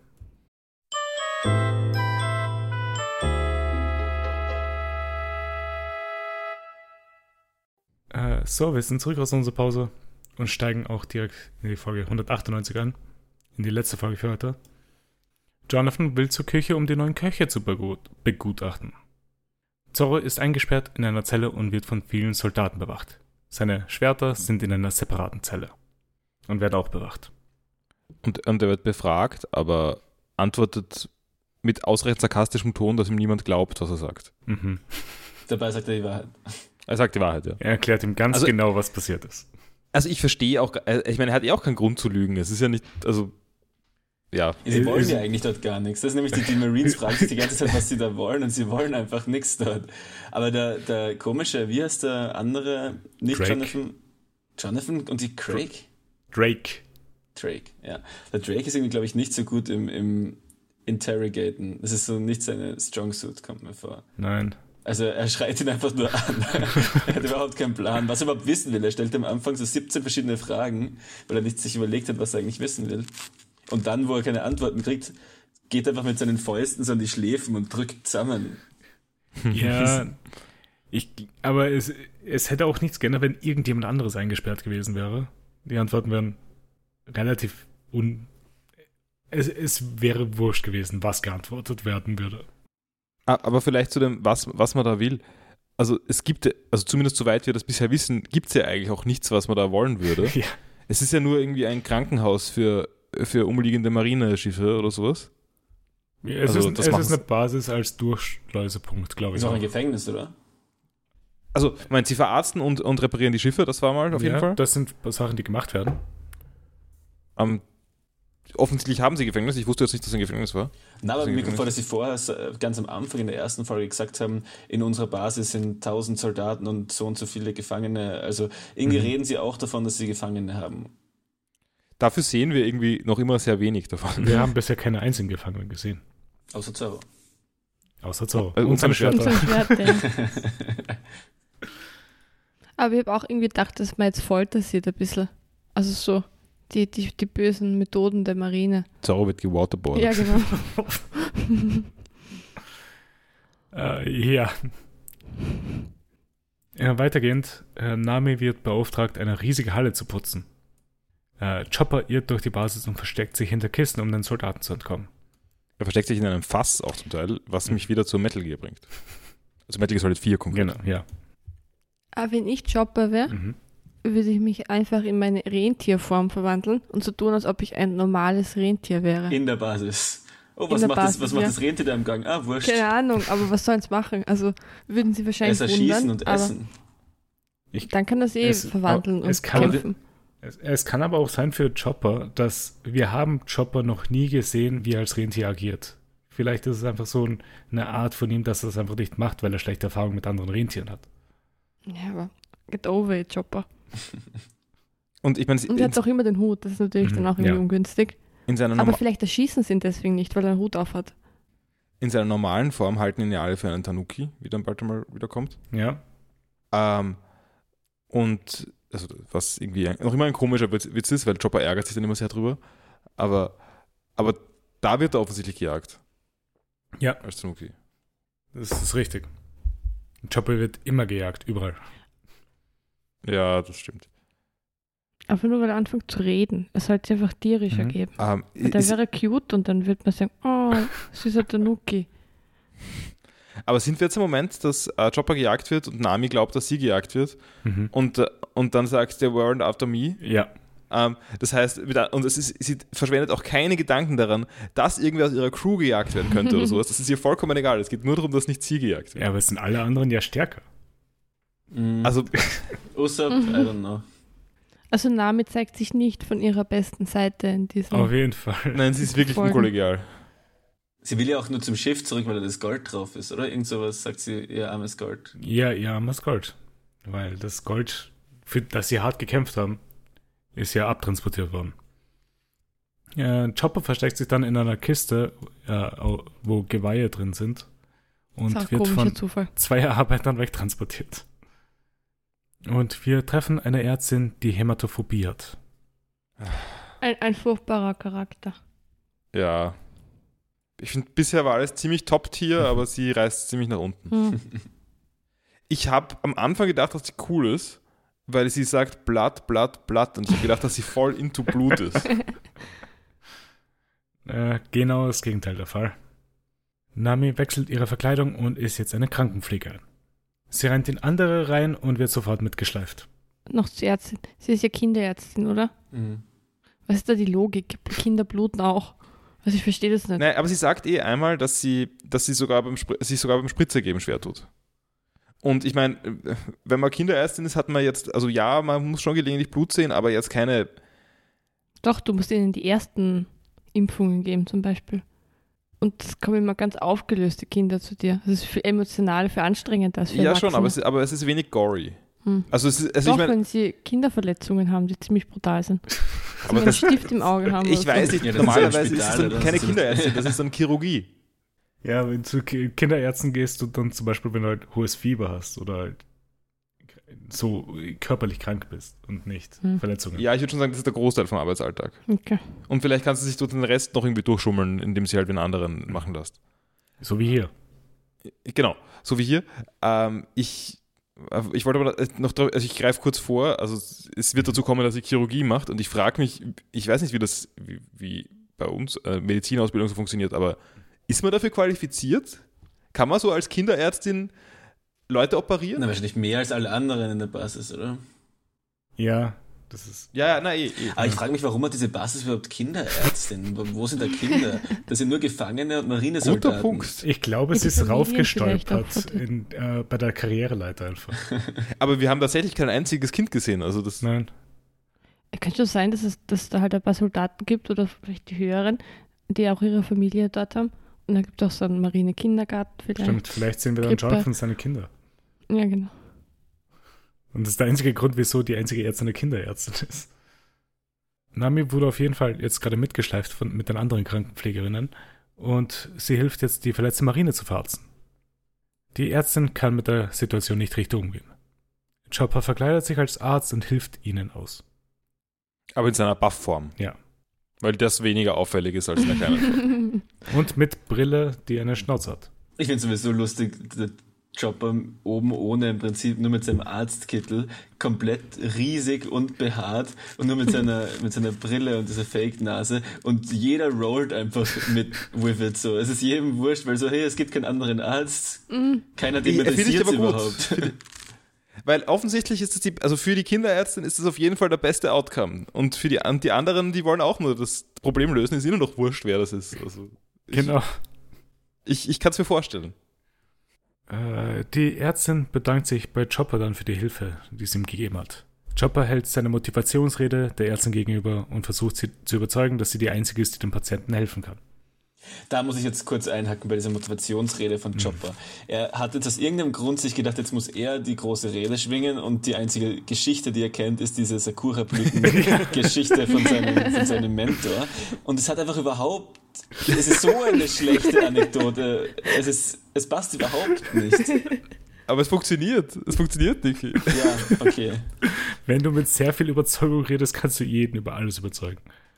Äh, so, wir sind zurück aus unserer Pause und steigen auch direkt in die Folge hundertachtundneunzig an. In die letzte Folge für heute. Jonathan will zur Küche, um die neuen Köche zu begut begutachten. Zoro ist eingesperrt in einer Zelle und wird von vielen Soldaten bewacht. Seine Schwerter sind in einer separaten Zelle und werden auch bewacht. Und, und er wird befragt, aber antwortet mit ausreichend sarkastischem Ton, dass ihm niemand glaubt, was er sagt. Mhm. Dabei sagt er die Wahrheit. Er sagt die Wahrheit, ja. Er erklärt ihm ganz Also- genau, was passiert ist. Also ich verstehe auch, äh, ich meine, er hat eh auch keinen Grund zu lügen. Es ist ja nicht, also, ja. Sie wollen Ist- ja eigentlich dort gar nichts. Das ist nämlich die, die Marines fragen sich die ganze Zeit, was sie da wollen und sie wollen einfach nichts dort. Aber der, der komische, wie heißt der andere, nicht Drake. Jonathan, Jonathan und die Craig? Drake. Drake, ja. Der Drake ist irgendwie, glaube ich, nicht so gut im, im Interrogaten. Das ist so nicht seine Strong Suit, kommt mir vor. Nein. Also er schreit ihn einfach nur an. Er hat überhaupt keinen Plan, was er überhaupt wissen will. Er stellt am Anfang so siebzehn verschiedene Fragen, weil er nicht sich überlegt hat, was er eigentlich wissen will. Und dann, wo er keine Antworten kriegt, geht er einfach mit seinen Fäusten so an die Schläfen und drückt zusammen. Ja, ich, aber es, es hätte auch nichts geändert, wenn irgendjemand anderes eingesperrt gewesen wäre. Die Antworten wären relativ un... Es, es wäre wurscht gewesen, was geantwortet werden würde. Aber vielleicht zu dem, was, was man da will. Also es gibt, also zumindest soweit wir das bisher wissen, gibt es ja eigentlich auch nichts, was man da wollen würde. Ja. Es ist ja nur irgendwie ein Krankenhaus für, für umliegende Marineschiffe oder sowas. Ja, es Also, ist, das es machen ist sie- eine Basis als Durchschleusepunkt, glaube ich. Ist auch ein auch. Gefängnis, oder? Also, ich meine, sie verarzten und, und reparieren die Schiffe, das war mal auf jeden Ja, Fall. das sind Sachen, die gemacht werden. Ähm, offensichtlich haben sie Gefängnis. Ich wusste jetzt nicht, dass es ein Gefängnis war. Na, aber Das mir ist kommt vor, dass sie vorher äh, ganz am Anfang in der ersten Folge gesagt haben, in unserer Basis sind tausend Soldaten und so und so viele Gefangene. Also irgendwie Mhm. reden sie auch davon, dass sie Gefangene haben. Dafür sehen wir irgendwie noch immer sehr wenig davon. Wir haben bisher keine einzigen Gefangenen gesehen. Außer Zorro. Außer Zorro. Äh, Und seine Schwerter. Und Schwerter. so ein Schwert, ja. Aber ich habe auch irgendwie gedacht, dass man jetzt Folter sieht ein bisschen. Also so die, die, die bösen Methoden der Marine. Zorro wird gewaterboardet. Ja, genau. Äh, ja. ja. Weitergehend, äh, Nami wird beauftragt, eine riesige Halle zu putzen. Äh, Chopper irrt durch die Basis und versteckt sich hinter Kisten, um den Soldaten zu entkommen. Er versteckt sich in einem Fass auch zum Teil, was mich wieder zu Metal Gear bringt. Also Metal Gear Solid vier konkret. Genau, ja. Aber wenn ich Chopper wäre, Mhm. würde ich mich einfach in meine Rentierform verwandeln und so tun, als ob ich ein normales Rentier wäre. In der Basis. Oh, In was der macht, Basis, das, was macht ja. das Rentier da im Gang? Ah, wurscht. Keine Ahnung, aber was sollen sie machen? Also würden sie wahrscheinlich Es erschießen wundern, und aber essen. dann kann das eh Es- verwandeln es und kann- kämpfen. Es, es kann aber auch sein für Chopper, dass wir haben Chopper noch nie gesehen, wie er als Rentier agiert. Vielleicht ist es einfach so ein, eine Art von ihm, dass er es einfach nicht macht, weil er schlechte Erfahrungen mit anderen Rentieren hat. Ja, aber get over it, Chopper. Und ich meine, sie- Und er in, hat auch immer den Hut, das ist natürlich Mhm, dann auch irgendwie ja. ungünstig. in, seiner Aber Norma- vielleicht erschießen sie ihn deswegen nicht, weil er einen Hut auf hat. in seiner normalen Form halten ihn ja alle für einen Tanuki, wie dann bald einmal wieder kommt. Ja. Ähm, und also was irgendwie ein, noch immer ein komischer Witz, Witz ist, weil Chopper ärgert sich dann immer sehr drüber. Aber, aber da wird er offensichtlich gejagt. Ja. Als Tanuki. Das ist richtig. Chopper wird immer gejagt, überall. Ja, das stimmt. Aber nur weil er anfängt zu reden. Es sollte sich einfach tierischer Mhm. geben. Ähm, Der ist, wäre cute und dann wird man sagen, oh, süßer Tanuki. aber sind wir jetzt im Moment, dass äh, Chopper gejagt wird und Nami glaubt, dass sie gejagt wird Mhm. und, äh, und dann sagt, they weren't after me? Ja. Ähm, das heißt, mit- und es ist, sie verschwendet auch keine Gedanken daran, dass irgendwer aus ihrer Crew gejagt werden könnte oder sowas. Das ist ihr vollkommen egal. Es geht nur darum, dass nicht sie gejagt Ja, wird. aber es sind alle anderen ja stärker. Mhm. Also, Usopp, I don't know. Also Nami zeigt sich nicht von ihrer besten Seite in diesem. Auf jeden Fall. nein, sie ist wirklich Folgen. unkollegial. Sie will ja auch nur zum Schiff zurück, weil da das Gold drauf ist, oder? Irgend sowas sagt sie, ihr armes Gold. Ja, ja, armes Gold. Weil das Gold, für das sie hart gekämpft haben, ist ja abtransportiert worden. Äh, Chopper versteckt sich dann in einer Kiste, äh, au- wo Geweihe drin sind und das ist auch ein wird komischer von Zufall. zwei Arbeitern wegtransportiert. Und wir treffen eine Ärztin, die Hämatophobie hat. Ein, ein furchtbarer Charakter. Ja. Ich finde, bisher war alles ziemlich Top-Tier, aber sie reißt ziemlich nach unten. Hm. Ich habe am Anfang gedacht, dass sie cool ist, weil sie sagt Blood, Blood, Blood und ich habe gedacht, dass sie voll into Blut ist. Äh, genau das Gegenteil der Fall. Nami wechselt ihre Verkleidung und ist jetzt eine Krankenpflegerin. Sie rennt in andere rein und wird sofort mitgeschleift. Noch zur Ärztin. Sie ist ja Kinderärztin, oder? Mhm. Was ist da die Logik? Kinder bluten auch. Also ich verstehe das nicht. Nein, aber sie sagt eh einmal, dass sie, dass sie sogar beim Spr- sich sogar beim Spritzergeben schwer tut. Und ich meine, wenn man Kinderärztin ist, hat man jetzt, also ja, man muss schon gelegentlich Blut sehen, aber jetzt keine. Doch, du musst ihnen die ersten Impfungen geben zum Beispiel. Und es kommen immer ganz aufgelöste Kinder zu dir. Das ist für emotional, für anstrengend als für Ja, schon, aber Erwachsene. es, aber es ist wenig gory. Hm. Also, es ist, also Doch, ich meine, wenn sie Kinderverletzungen haben, die ziemlich brutal sind. aber einen das, Stift im Auge haben. ich oder weiß so. nicht, Ja, das ist ja normalerweise ein ist es Spital, dann oder? keine Das ist- Kinderärztin, das ist dann Chirurgie. Ja, wenn du zu Ki- Kinderärzten gehst und dann zum Beispiel, wenn du halt hohes Fieber hast oder halt so körperlich krank bist und nicht Hm. Verletzungen. Ja, ich würde schon sagen, das ist der Großteil vom Arbeitsalltag. Okay. Und vielleicht kannst du sich durch den Rest noch irgendwie durchschummeln, indem sie halt den anderen machen lässt. So wie hier. Genau, so wie hier. Ähm, ich, ich wollte aber noch, drauf- also ich greife kurz vor, also es wird dazu kommen, dass sie Chirurgie macht und ich frage mich, ich weiß nicht, wie das, wie, wie bei uns äh, Medizinausbildung so funktioniert, aber ist man dafür qualifiziert? Kann man so als Kinderärztin Leute operieren? Na, wahrscheinlich mehr als alle anderen in der Basis, oder? Ja, das ist. Ja, ja, na eh. eh. Aber ich frage mich, warum hat diese Basis überhaupt Kinderärztin? Wo sind da Kinder? Das sind nur Gefangene und Marinesoldaten. Guter Punkt. Ich glaube, Ja, sie die ist Familien vielleicht auch raufgestolpert in, äh, bei der Karriereleiter einfach. Aber wir haben tatsächlich kein einziges Kind gesehen. Also das, Nein. Kann schon sein, dass es dass da halt ein paar Soldaten gibt oder vielleicht die höheren, die auch ihre Familie dort haben. Und dann gibt es auch so einen Marine-Kindergarten vielleicht. Stimmt, vielleicht sehen wir dann Krippe. Jonathan seine Kinder. Ja, genau. Und das ist der einzige Grund, wieso die einzige Ärztin eine Kinderärztin ist. Nami wurde auf jeden Fall jetzt gerade mitgeschleift von, mit den anderen Krankenpflegerinnen und sie hilft jetzt, die verletzte Marine zu verarzten. Die Ärztin kann mit der Situation nicht richtig umgehen. Chopper verkleidet sich als Arzt und hilft ihnen aus. aber in seiner Buff-Form. Ja. Weil das weniger auffällig ist als in der kleinen. Und mit Brille, die eine Schnauze hat. Ich finde es sowieso lustig, der Chopper oben ohne, im Prinzip nur mit seinem Arztkittel, komplett riesig und behaart und nur mit seiner, mit seiner Brille und dieser Fake-Nase und jeder rollt einfach mit with it so. Es ist jedem wurscht, weil so, hey, es gibt keinen anderen Arzt, keiner Ich- finde ich thematisiert aber gut. überhaupt. Weil offensichtlich ist es die, also für die Kinderärztin ist es auf jeden Fall der beste Outcome. Und für die, die anderen, die wollen auch nur das Problem lösen, ist ihnen doch wurscht, wer das ist. Also Genau. ich, ich kann es mir vorstellen. Äh, die Ärztin bedankt sich bei Chopper dann für die Hilfe, die sie ihm gegeben hat. Chopper hält seine Motivationsrede der Ärztin gegenüber und versucht sie zu überzeugen, dass sie die einzige ist, die dem Patienten helfen kann. Da muss ich jetzt kurz einhaken bei dieser Motivationsrede von Chopper. Er hat jetzt aus irgendeinem Grund sich gedacht, jetzt muss er die große Rede schwingen und die einzige Geschichte, die er kennt, ist diese Sakura-Blüten-Geschichte von seinem, von seinem Mentor. Und es hat einfach überhaupt, es ist so eine schlechte Anekdote. Es ist, es passt überhaupt nicht. Aber es funktioniert. Es funktioniert, Niki. Ja, okay. Wenn du mit sehr viel Überzeugung redest, kannst du jeden über alles überzeugen.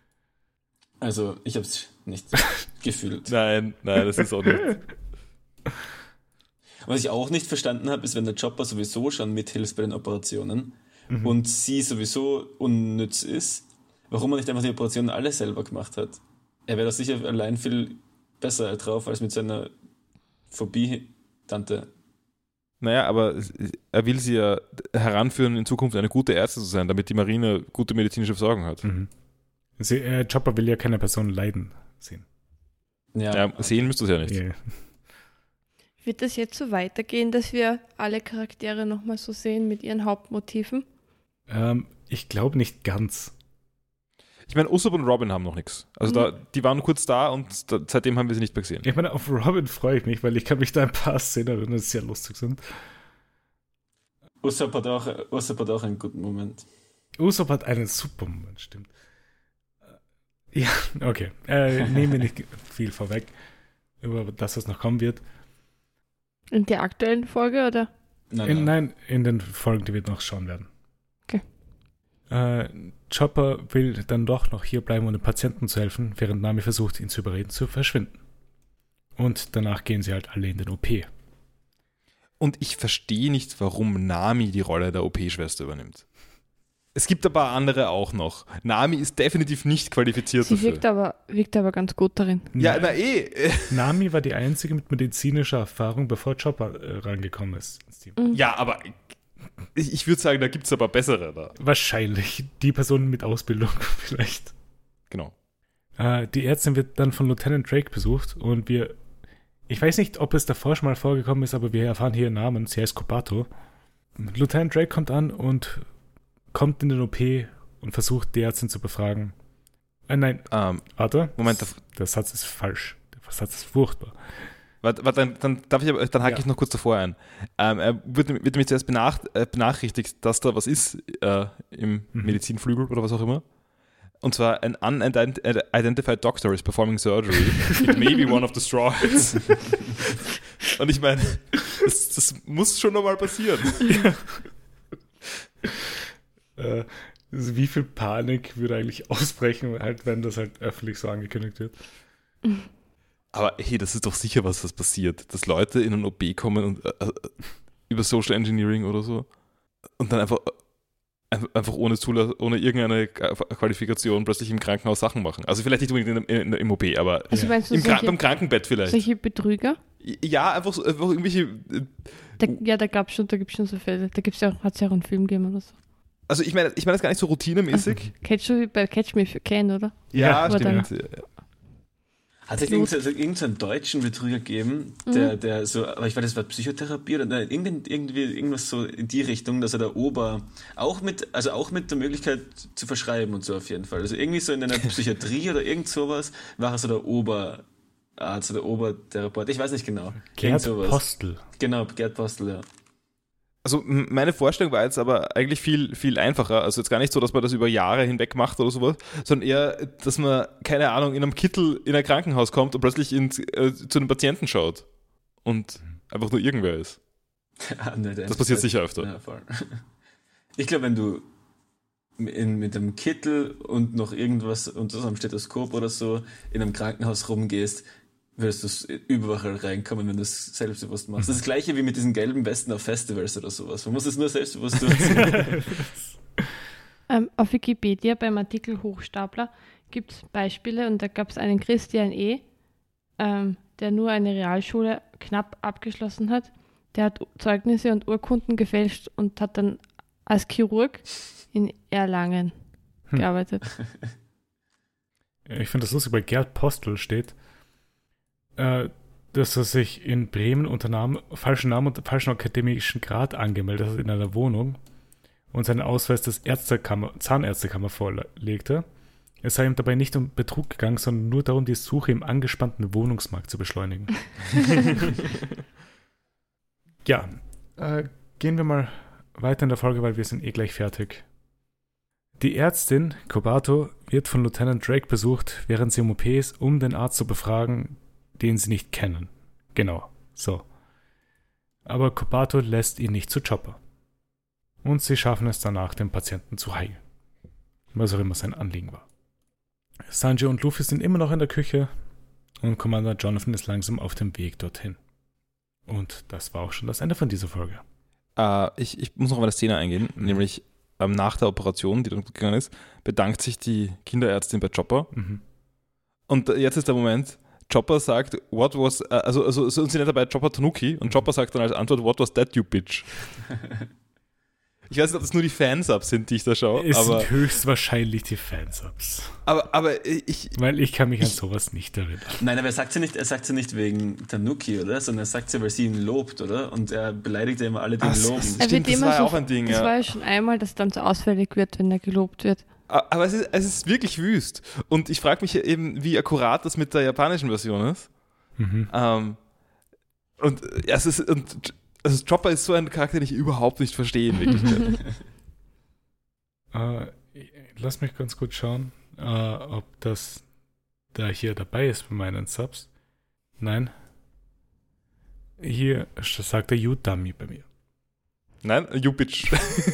Also, ich habe es nicht gefühlt. Nein, nein, das ist auch nicht. Was ich auch nicht verstanden habe, ist, wenn der Chopper sowieso schon mithilft bei den Operationen Mhm. und sie sowieso unnütz ist, warum er nicht einfach die Operationen alle selber gemacht hat. Er wäre doch sicher allein viel besser drauf als mit seiner Phobie-Tante. Naja, aber es- er will sie ja heranführen, in Zukunft eine gute Ärztin zu sein, damit die Marine gute medizinische Versorgung hat. Mhm. Sie, äh, Chopper will ja keine Person leiden sehen. Ja, Ja, sehen müsst ihr es ja nicht. Yeah. Wird das jetzt so weitergehen, dass wir alle Charaktere nochmal so sehen mit ihren Hauptmotiven? Ähm, ich glaube nicht ganz. Ich meine, Usopp und Robin haben noch nichts. Also da, die waren kurz da und da, seitdem haben wir sie nicht mehr gesehen. Ich meine, auf Robin freue ich mich, weil ich kann mich da ein paar Szenen erinnern, die sehr lustig sind. Usopp hat auch, Usopp hat auch einen guten Moment. Usopp hat einen super Moment, stimmt. Äh, Ja, okay. Äh, nehmen wir nicht viel vorweg über das, was noch kommen wird. In der aktuellen Folge oder? Nein, In, nein. nein, in den Folgen, die wir noch schauen werden. Okay. Äh, Chopper will dann doch noch hier bleiben, um den Patienten zu helfen, während Nami versucht, ihn zu überreden, zu verschwinden. Und danach gehen sie halt alle in den O P. Und ich verstehe nicht, warum Nami die Rolle der O P-Schwester übernimmt. Es gibt ein paar andere auch noch. Nami ist definitiv nicht qualifiziert Sie dafür. wirkt aber, wirkt aber ganz gut darin. Ja, na eh. Nami war die einzige mit medizinischer Erfahrung, bevor Chopper äh, reingekommen ist ins Team. Ja, aber ich, ich würde sagen, da gibt es aber bessere da. Wahrscheinlich. Die Person mit Ausbildung vielleicht. Genau. Äh, die Ärztin wird dann von Lieutenant Drake besucht und wir, ich weiß nicht, ob es davor schon mal vorgekommen ist, aber wir erfahren hier ihren Namen, sie heißt Kobato. Lieutenant Drake kommt an und kommt in den O P und versucht, die Ärztin zu befragen. Äh, nein, Ähm, warte. Moment. Der Satz ist falsch. Der Satz ist furchtbar. Warte, warte, dann, dann darf ich aber, dann hake Ja. ich noch kurz davor ein. Ähm, er wird, wird nämlich zuerst benach, äh, benachrichtigt, dass da was ist äh, im Mhm. Medizinflügel oder was auch immer. Und zwar an unidentified doctor is performing surgery. It may be one of the straw hats. Und ich meine, das, das muss schon nochmal passieren. Ja. Äh, also wie viel Panik würde eigentlich ausbrechen, halt, wenn das halt öffentlich so angekündigt wird? Aber hey, das ist doch sicher, was das passiert. Dass Leute in ein O P kommen und äh, über Social Engineering oder so und dann einfach einfach ohne Zulass, ohne irgendeine Qualifikation plötzlich im Krankenhaus Sachen machen. Also vielleicht nicht unbedingt in, in, im O P, aber also meinst du im solche, Krank- beim Krankenbett vielleicht. Solche Betrüger? Ja, einfach, so, einfach irgendwelche... Da, ja, da gab's schon, da gibt es schon so Fälle. Da gibt's ja auch, hat es ja auch einen Film gegeben oder so. Also ich meine ich meine das gar nicht so routinemäßig. Also, kennst du bei Catch Me If You Can, oder? Ja, ja stimmt. Dann, Hat es irgendeinen irgendein deutschen Betrüger gegeben, der, mhm. der so, aber ich weiß, das war Psychotherapie oder irgendwie, irgendwie irgendwas so in die Richtung, dass er der Ober, auch mit, also auch mit der Möglichkeit zu verschreiben und so auf jeden Fall. Also irgendwie so in einer Psychiatrie oder irgend sowas war er so der Oberarzt oder Obertherapeut. Ich weiß nicht genau. Gerd Postel. Genau, Gerd Postel, ja. Also meine Vorstellung war jetzt aber eigentlich viel, viel einfacher. Also jetzt gar nicht so, dass man das über Jahre hinweg macht oder sowas, sondern eher, dass man, keine Ahnung, in einem Kittel in ein Krankenhaus kommt und plötzlich ins, äh, zu einem Patienten schaut und einfach nur irgendwer ist. Ja, ne, das passiert sicher öfter. Ja, voll. Ich glaube, wenn du in, mit einem Kittel und noch irgendwas unter so einem Stethoskop oder so in einem Krankenhaus rumgehst, wirst du überall reinkommen, wenn du es selbstbewusst machst. Das ist das Gleiche wie mit diesen gelben Westen auf Festivals oder sowas. Man muss es nur selbstbewusst durchziehen. ähm, auf Wikipedia beim Artikel Hochstapler gibt es Beispiele und da gab es einen Christian E., ähm, der nur eine Realschule knapp abgeschlossen hat. Der hat Zeugnisse und Urkunden gefälscht und hat dann als Chirurg in Erlangen hm. gearbeitet. Ich finde das lustig, bei Gerd Postel steht, dass er sich in Bremen unter Namen, falschen Namen und falschen akademischen Grad angemeldet hat in einer Wohnung und seinen Ausweis des Ärztekammer, Zahnärztekammer vorlegte. Es sei ihm dabei nicht um Betrug gegangen, sondern nur darum, die Suche im angespannten Wohnungsmarkt zu beschleunigen. Ja, äh, gehen wir mal weiter in der Folge, weil wir sind eh gleich fertig. Die Ärztin, Kobato, wird von Lieutenant Drake besucht, während sie im O P ist, um den Arzt zu befragen, den sie nicht kennen. Genau, so. Aber Kobato lässt ihn nicht zu Chopper. Und sie schaffen es danach, den Patienten zu heilen. Was auch immer sein Anliegen war. Sanji und Luffy sind immer noch in der Küche und Commander Jonathan ist langsam auf dem Weg dorthin. Und das war auch schon das Ende von dieser Folge. Uh, ich, ich muss noch auf eine Szene eingehen, mhm. nämlich ähm, nach der Operation, die dann gut gegangen ist, bedankt sich die Kinderärztin bei Chopper. Mhm. Und jetzt ist der Moment, Chopper sagt, what was, also, also so sie nennt dabei Chopper Tanuki und Chopper sagt dann als Antwort, what was that, you bitch? Ich weiß nicht, ob das nur die Fansubs sind, die ich da schaue. Es aber, sind höchstwahrscheinlich die Fansubs. Aber, aber ich... Weil ich kann mich ich, an sowas nicht erinnern. Nein, aber er sagt sie nicht, er sagt sie nicht wegen Tanuki, oder? Sondern er sagt sie, weil sie ihn lobt, oder? Und er beleidigt ja immer alle, die ihn loben. Stimmt, das war ja auch ein Ding, Das ja. war ja schon einmal, dass dann so ausfällig wird, wenn er gelobt wird. Aber es ist, es ist wirklich wüst. Und ich frage mich eben, wie akkurat das mit der japanischen Version ist. Mhm. Ähm, und, ja, es ist, und also Chopper ist so ein Charakter, den ich überhaupt nicht verstehe in Wirklichkeit. uh, lass mich ganz kurz schauen, uh, ob das da hier dabei ist bei meinen Subs. Nein. Hier sagt er You Dummy bei mir. Nein, You Bitch.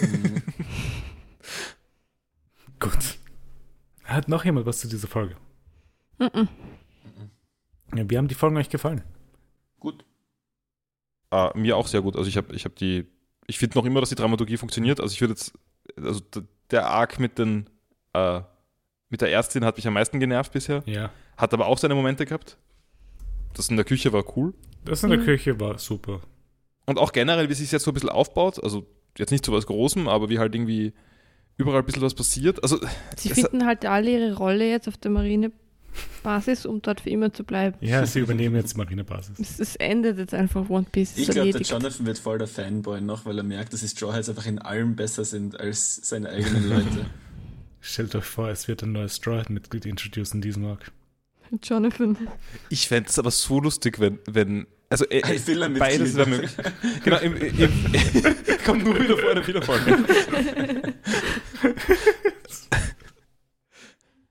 Gut. Hat noch jemand was zu dieser Folge? Mm-mm. Ja, wie haben die Folgen euch gefallen? Gut. Ah, mir auch sehr gut. Also ich habe ich hab die, ich finde noch immer, dass die Dramaturgie funktioniert. Also ich würde jetzt, also der Arc mit den, äh, mit der Ärztin hat mich am meisten genervt bisher. Ja. Hat aber auch seine Momente gehabt. Das in der Küche war cool. Das in der mhm. Küche war super. Und auch generell, wie es sich jetzt so ein bisschen aufbaut, also jetzt nicht so was Großem, aber wie halt irgendwie überall ein bisschen was passiert. Also, sie finden halt alle ihre Rolle jetzt auf der Marinebasis, um dort für immer zu bleiben. Ja, sie übernehmen jetzt die Marinebasis. Es, es endet jetzt einfach One Piece. Ich glaube, der Jonathan wird voll der Fanboy noch, weil er merkt, dass die Straw Hats einfach in allem besser sind als seine eigenen Leute. Stellt euch vor, es wird ein neues Straw Hat-Mitglied introduced in diesem Arc. Jonathan. Ich fände es aber so lustig, wenn, wenn also äh, beides wäre möglich. Genau, im, im, im, kommt nur wieder vor eine Wiederfolge.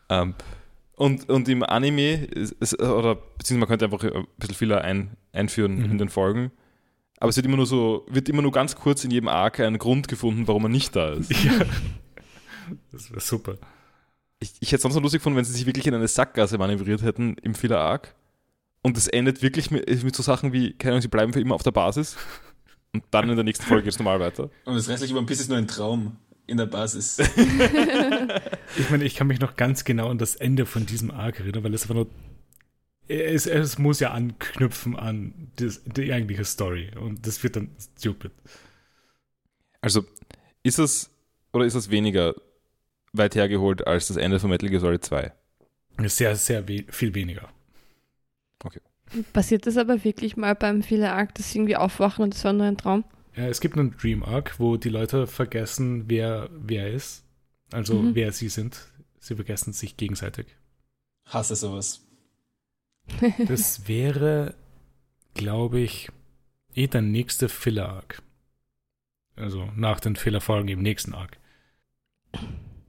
Ähm, und, und im Anime, ist, ist, oder beziehungsweise man könnte einfach ein bisschen Filler ein, einführen Mhm. in den Folgen, aber es wird immer nur so, wird immer nur ganz kurz in jedem Arc ein Grund gefunden, warum er nicht da ist. Ja. Das wäre super. Ich, ich hätte es sonst noch lustig gefunden, wenn sie sich wirklich in eine Sackgasse manövriert hätten im Filler-Arc und es endet wirklich mit, mit so Sachen wie, keine Ahnung, sie bleiben für immer auf der Basis und dann in der nächsten Folge geht es normal weiter. Und das restliche One Piece ist nur ein Traum in der Basis. Ich meine, ich kann mich noch ganz genau an das Ende von diesem Arc erinnern, weil es einfach nur es, es muss ja anknüpfen an das, die eigentliche Story und das wird dann stupid. Also ist es oder ist es weniger weit hergeholt als das Ende von Metal Gear Solid zwei? Sehr, sehr we- viel weniger. Passiert das aber wirklich mal beim Filler Arc, dass sie irgendwie aufwachen und es war nur ein Traum? Ja, es gibt einen Dream Arc, wo die Leute vergessen, wer wer ist, also Mhm. wer sie sind. Sie vergessen sich gegenseitig. Hasse sowas. Das wäre, glaube ich, eh der nächste Filler-Arc. Also nach den Filler-Folgen im nächsten Arc. Äh,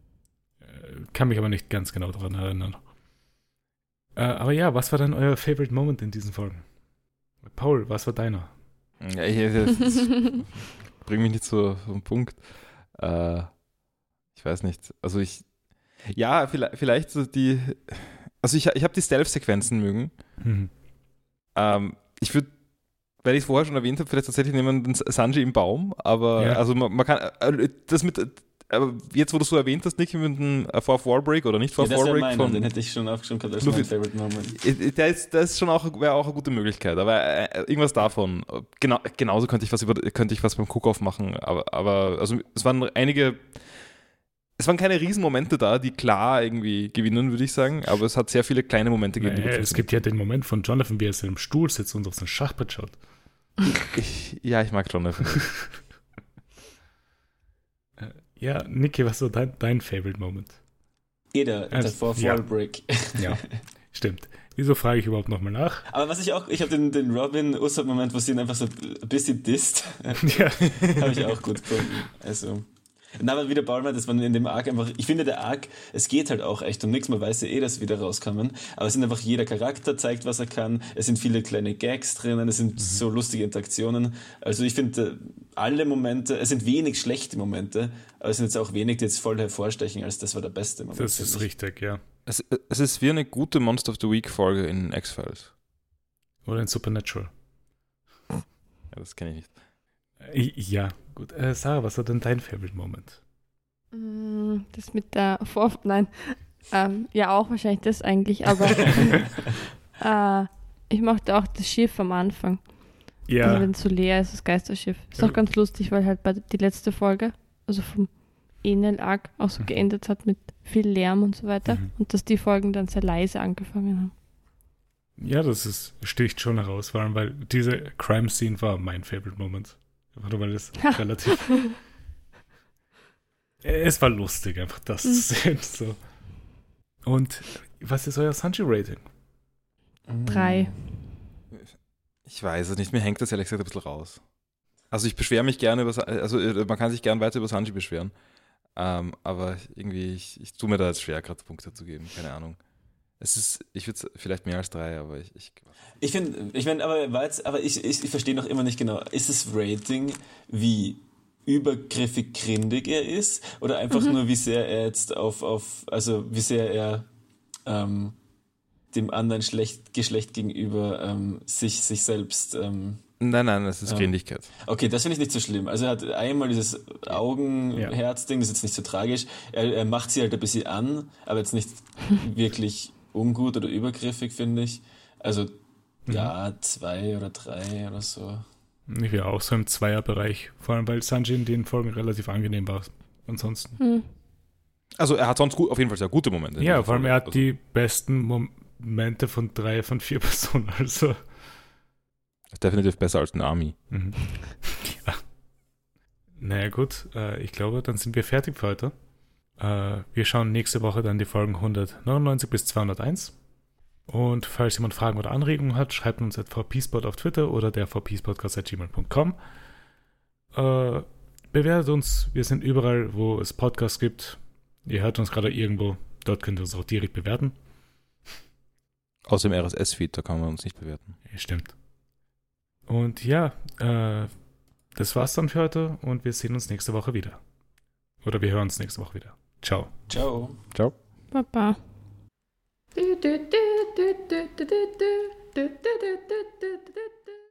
Kann mich aber nicht ganz genau daran erinnern. Äh, aber ja, was war dann euer Favorite Moment in diesen Folgen? Paul, was war deiner? Ja, ich, das, das bringt mich nicht so auf den Punkt. Äh, ich weiß nicht. Also ich, ja, vielleicht, vielleicht so die, also ich, ich habe die Stealth-Sequenzen mögen. Mhm. Ähm, ich würde, weil ich es vorher schon erwähnt habe, vielleicht tatsächlich nehmen den Sanji im Baum, aber Ja. also man, man kann, äh, das mit, aber jetzt, wo du es so erwähnt hast, Nick, mit dem äh, Fourth Wall Break oder nicht Ja, Fourth das Wall wäre Break meiner, von, den hätte ich schon aufgeschrieben gehabt als Luffy- mein Favorite Moment. Äh, Der ist, das ist schon auch, wäre auch eine gute Möglichkeit, aber äh, irgendwas davon. Genau, genauso könnte ich was über, könnte ich was beim Cook-Off machen, aber, aber also es waren einige, es waren keine Riesenmomente da, die klar irgendwie gewinnen, würde ich sagen, aber es hat sehr viele kleine Momente gegeben. Äh, es gibt ja den Moment von Jonathan, wie er so im Stuhl sitzt und auf sein Schachbrett schaut. Ich, ja, ich mag Jonathan. Ja, Niki, was war dein, dein Favorite Moment? Jeder, der Also, Fourth ja. Wall Break. Ja, stimmt. Wieso frage ich überhaupt nochmal nach? Aber was ich auch, ich habe den, den Robin-Usopp-Moment, wo sie ihn einfach so ein bisschen disst, Ja. habe ich auch gut gefunden. Also, na, aber wie der Paul meint, das war in dem Arc einfach, ich finde der Arc, es geht halt auch echt um nichts, man weiß ja eh, dass sie wieder rauskommen, aber es sind einfach, jeder Charakter zeigt, was er kann, es sind viele kleine Gags drinnen, es sind so lustige Interaktionen, also ich finde, alle Momente, es sind wenig schlechte Momente, aber es sind jetzt auch wenig, die jetzt voll hervorstechen, als das war der beste Moment. Das finde ist ich. richtig, ja. Es, es ist wie eine gute Monster of the Week-Folge in X-Files. Oder in Supernatural. Ja, das kenne ich nicht. Äh, Ja, gut. Äh, Sarah, was war denn dein Favorite Moment? Mm, Das mit der Vor... Nein. Ähm, ja, auch wahrscheinlich das eigentlich, aber äh, ich mochte auch das Schiff am Anfang. Also Ja, wenn es so leer ist, das Geisterschiff. Ist Ja. auch ganz lustig, weil halt bei die letzte Folge, also vom Enel-Arc, auch so Mhm. geendet hat mit viel Lärm und so weiter. Mhm. Und dass die Folgen dann sehr leise angefangen haben. ja, das ist, sticht schon heraus, vor allem, weil diese Crime-Scene war mein Favorite Moment. Einfach nur, weil es relativ... Es war lustig, einfach das Mhm. zu sehen. So. Und was ist euer Sanji-Rating? Drei. Ich weiß es nicht, mir hängt das ehrlich gesagt ein bisschen raus. Also ich beschwere mich gerne über, Sa- also äh, man kann sich gerne weiter über Sanji beschweren, ähm, aber irgendwie, ich, ich tue mir da jetzt schwer, gerade Punkte zu geben, keine Ahnung. Es ist, ich würde vielleicht mehr als drei, aber ich, ich Ich finde, ich meine, aber, war jetzt- aber ich, ich, ich verstehe noch immer nicht genau, ist das Rating, wie übergriffig grindig er ist, oder einfach nur, wie sehr er jetzt auf, auf also wie sehr er ähm, dem anderen Schlecht, Geschlecht gegenüber ähm, sich, sich selbst ähm, Nein, nein, das ist Ja. Grindigkeit. okay, das finde ich nicht so schlimm. Also er hat einmal dieses Augenherzding, das ist jetzt nicht so tragisch. Er, er macht sie halt ein bisschen an, aber jetzt nicht wirklich ungut oder übergriffig, finde ich. Also ja, zwei oder drei oder so. Ich wäre auch so im Zweierbereich, vor allem, weil Sanji in den Folgen relativ angenehm war. Ansonsten. Hm. Also er hat sonst gut, auf jeden Fall sehr gute Momente. in Ja, dieser vor allem, Folge. er hat Also, die besten Momente von drei von vier Personen. Also. definitiv besser als ein Army. Mhm. Ja. Naja, gut. Äh, ich glaube, dann sind wir fertig für heute. Äh, wir schauen nächste Woche dann die Folgen hundertneunundneunzig bis zweihunderteins. Und falls jemand Fragen oder Anregungen hat, schreibt uns at v p spot auf Twitter oder der v p podcast at gmail punkt com. Äh, bewertet uns. Wir sind überall, wo es Podcasts gibt. Ihr hört uns gerade irgendwo. Dort könnt ihr uns auch direkt bewerten. Außer im R S S-Feed, da kann man uns nicht bewerten. Ja, stimmt. Und ja, äh, das war's dann für heute und wir sehen uns nächste Woche wieder. Oder wir hören uns nächste Woche wieder. Ciao. Ciao. Ciao. Baba. Du, du, du, du, du, du, du, du, du, du, du, du, du, du.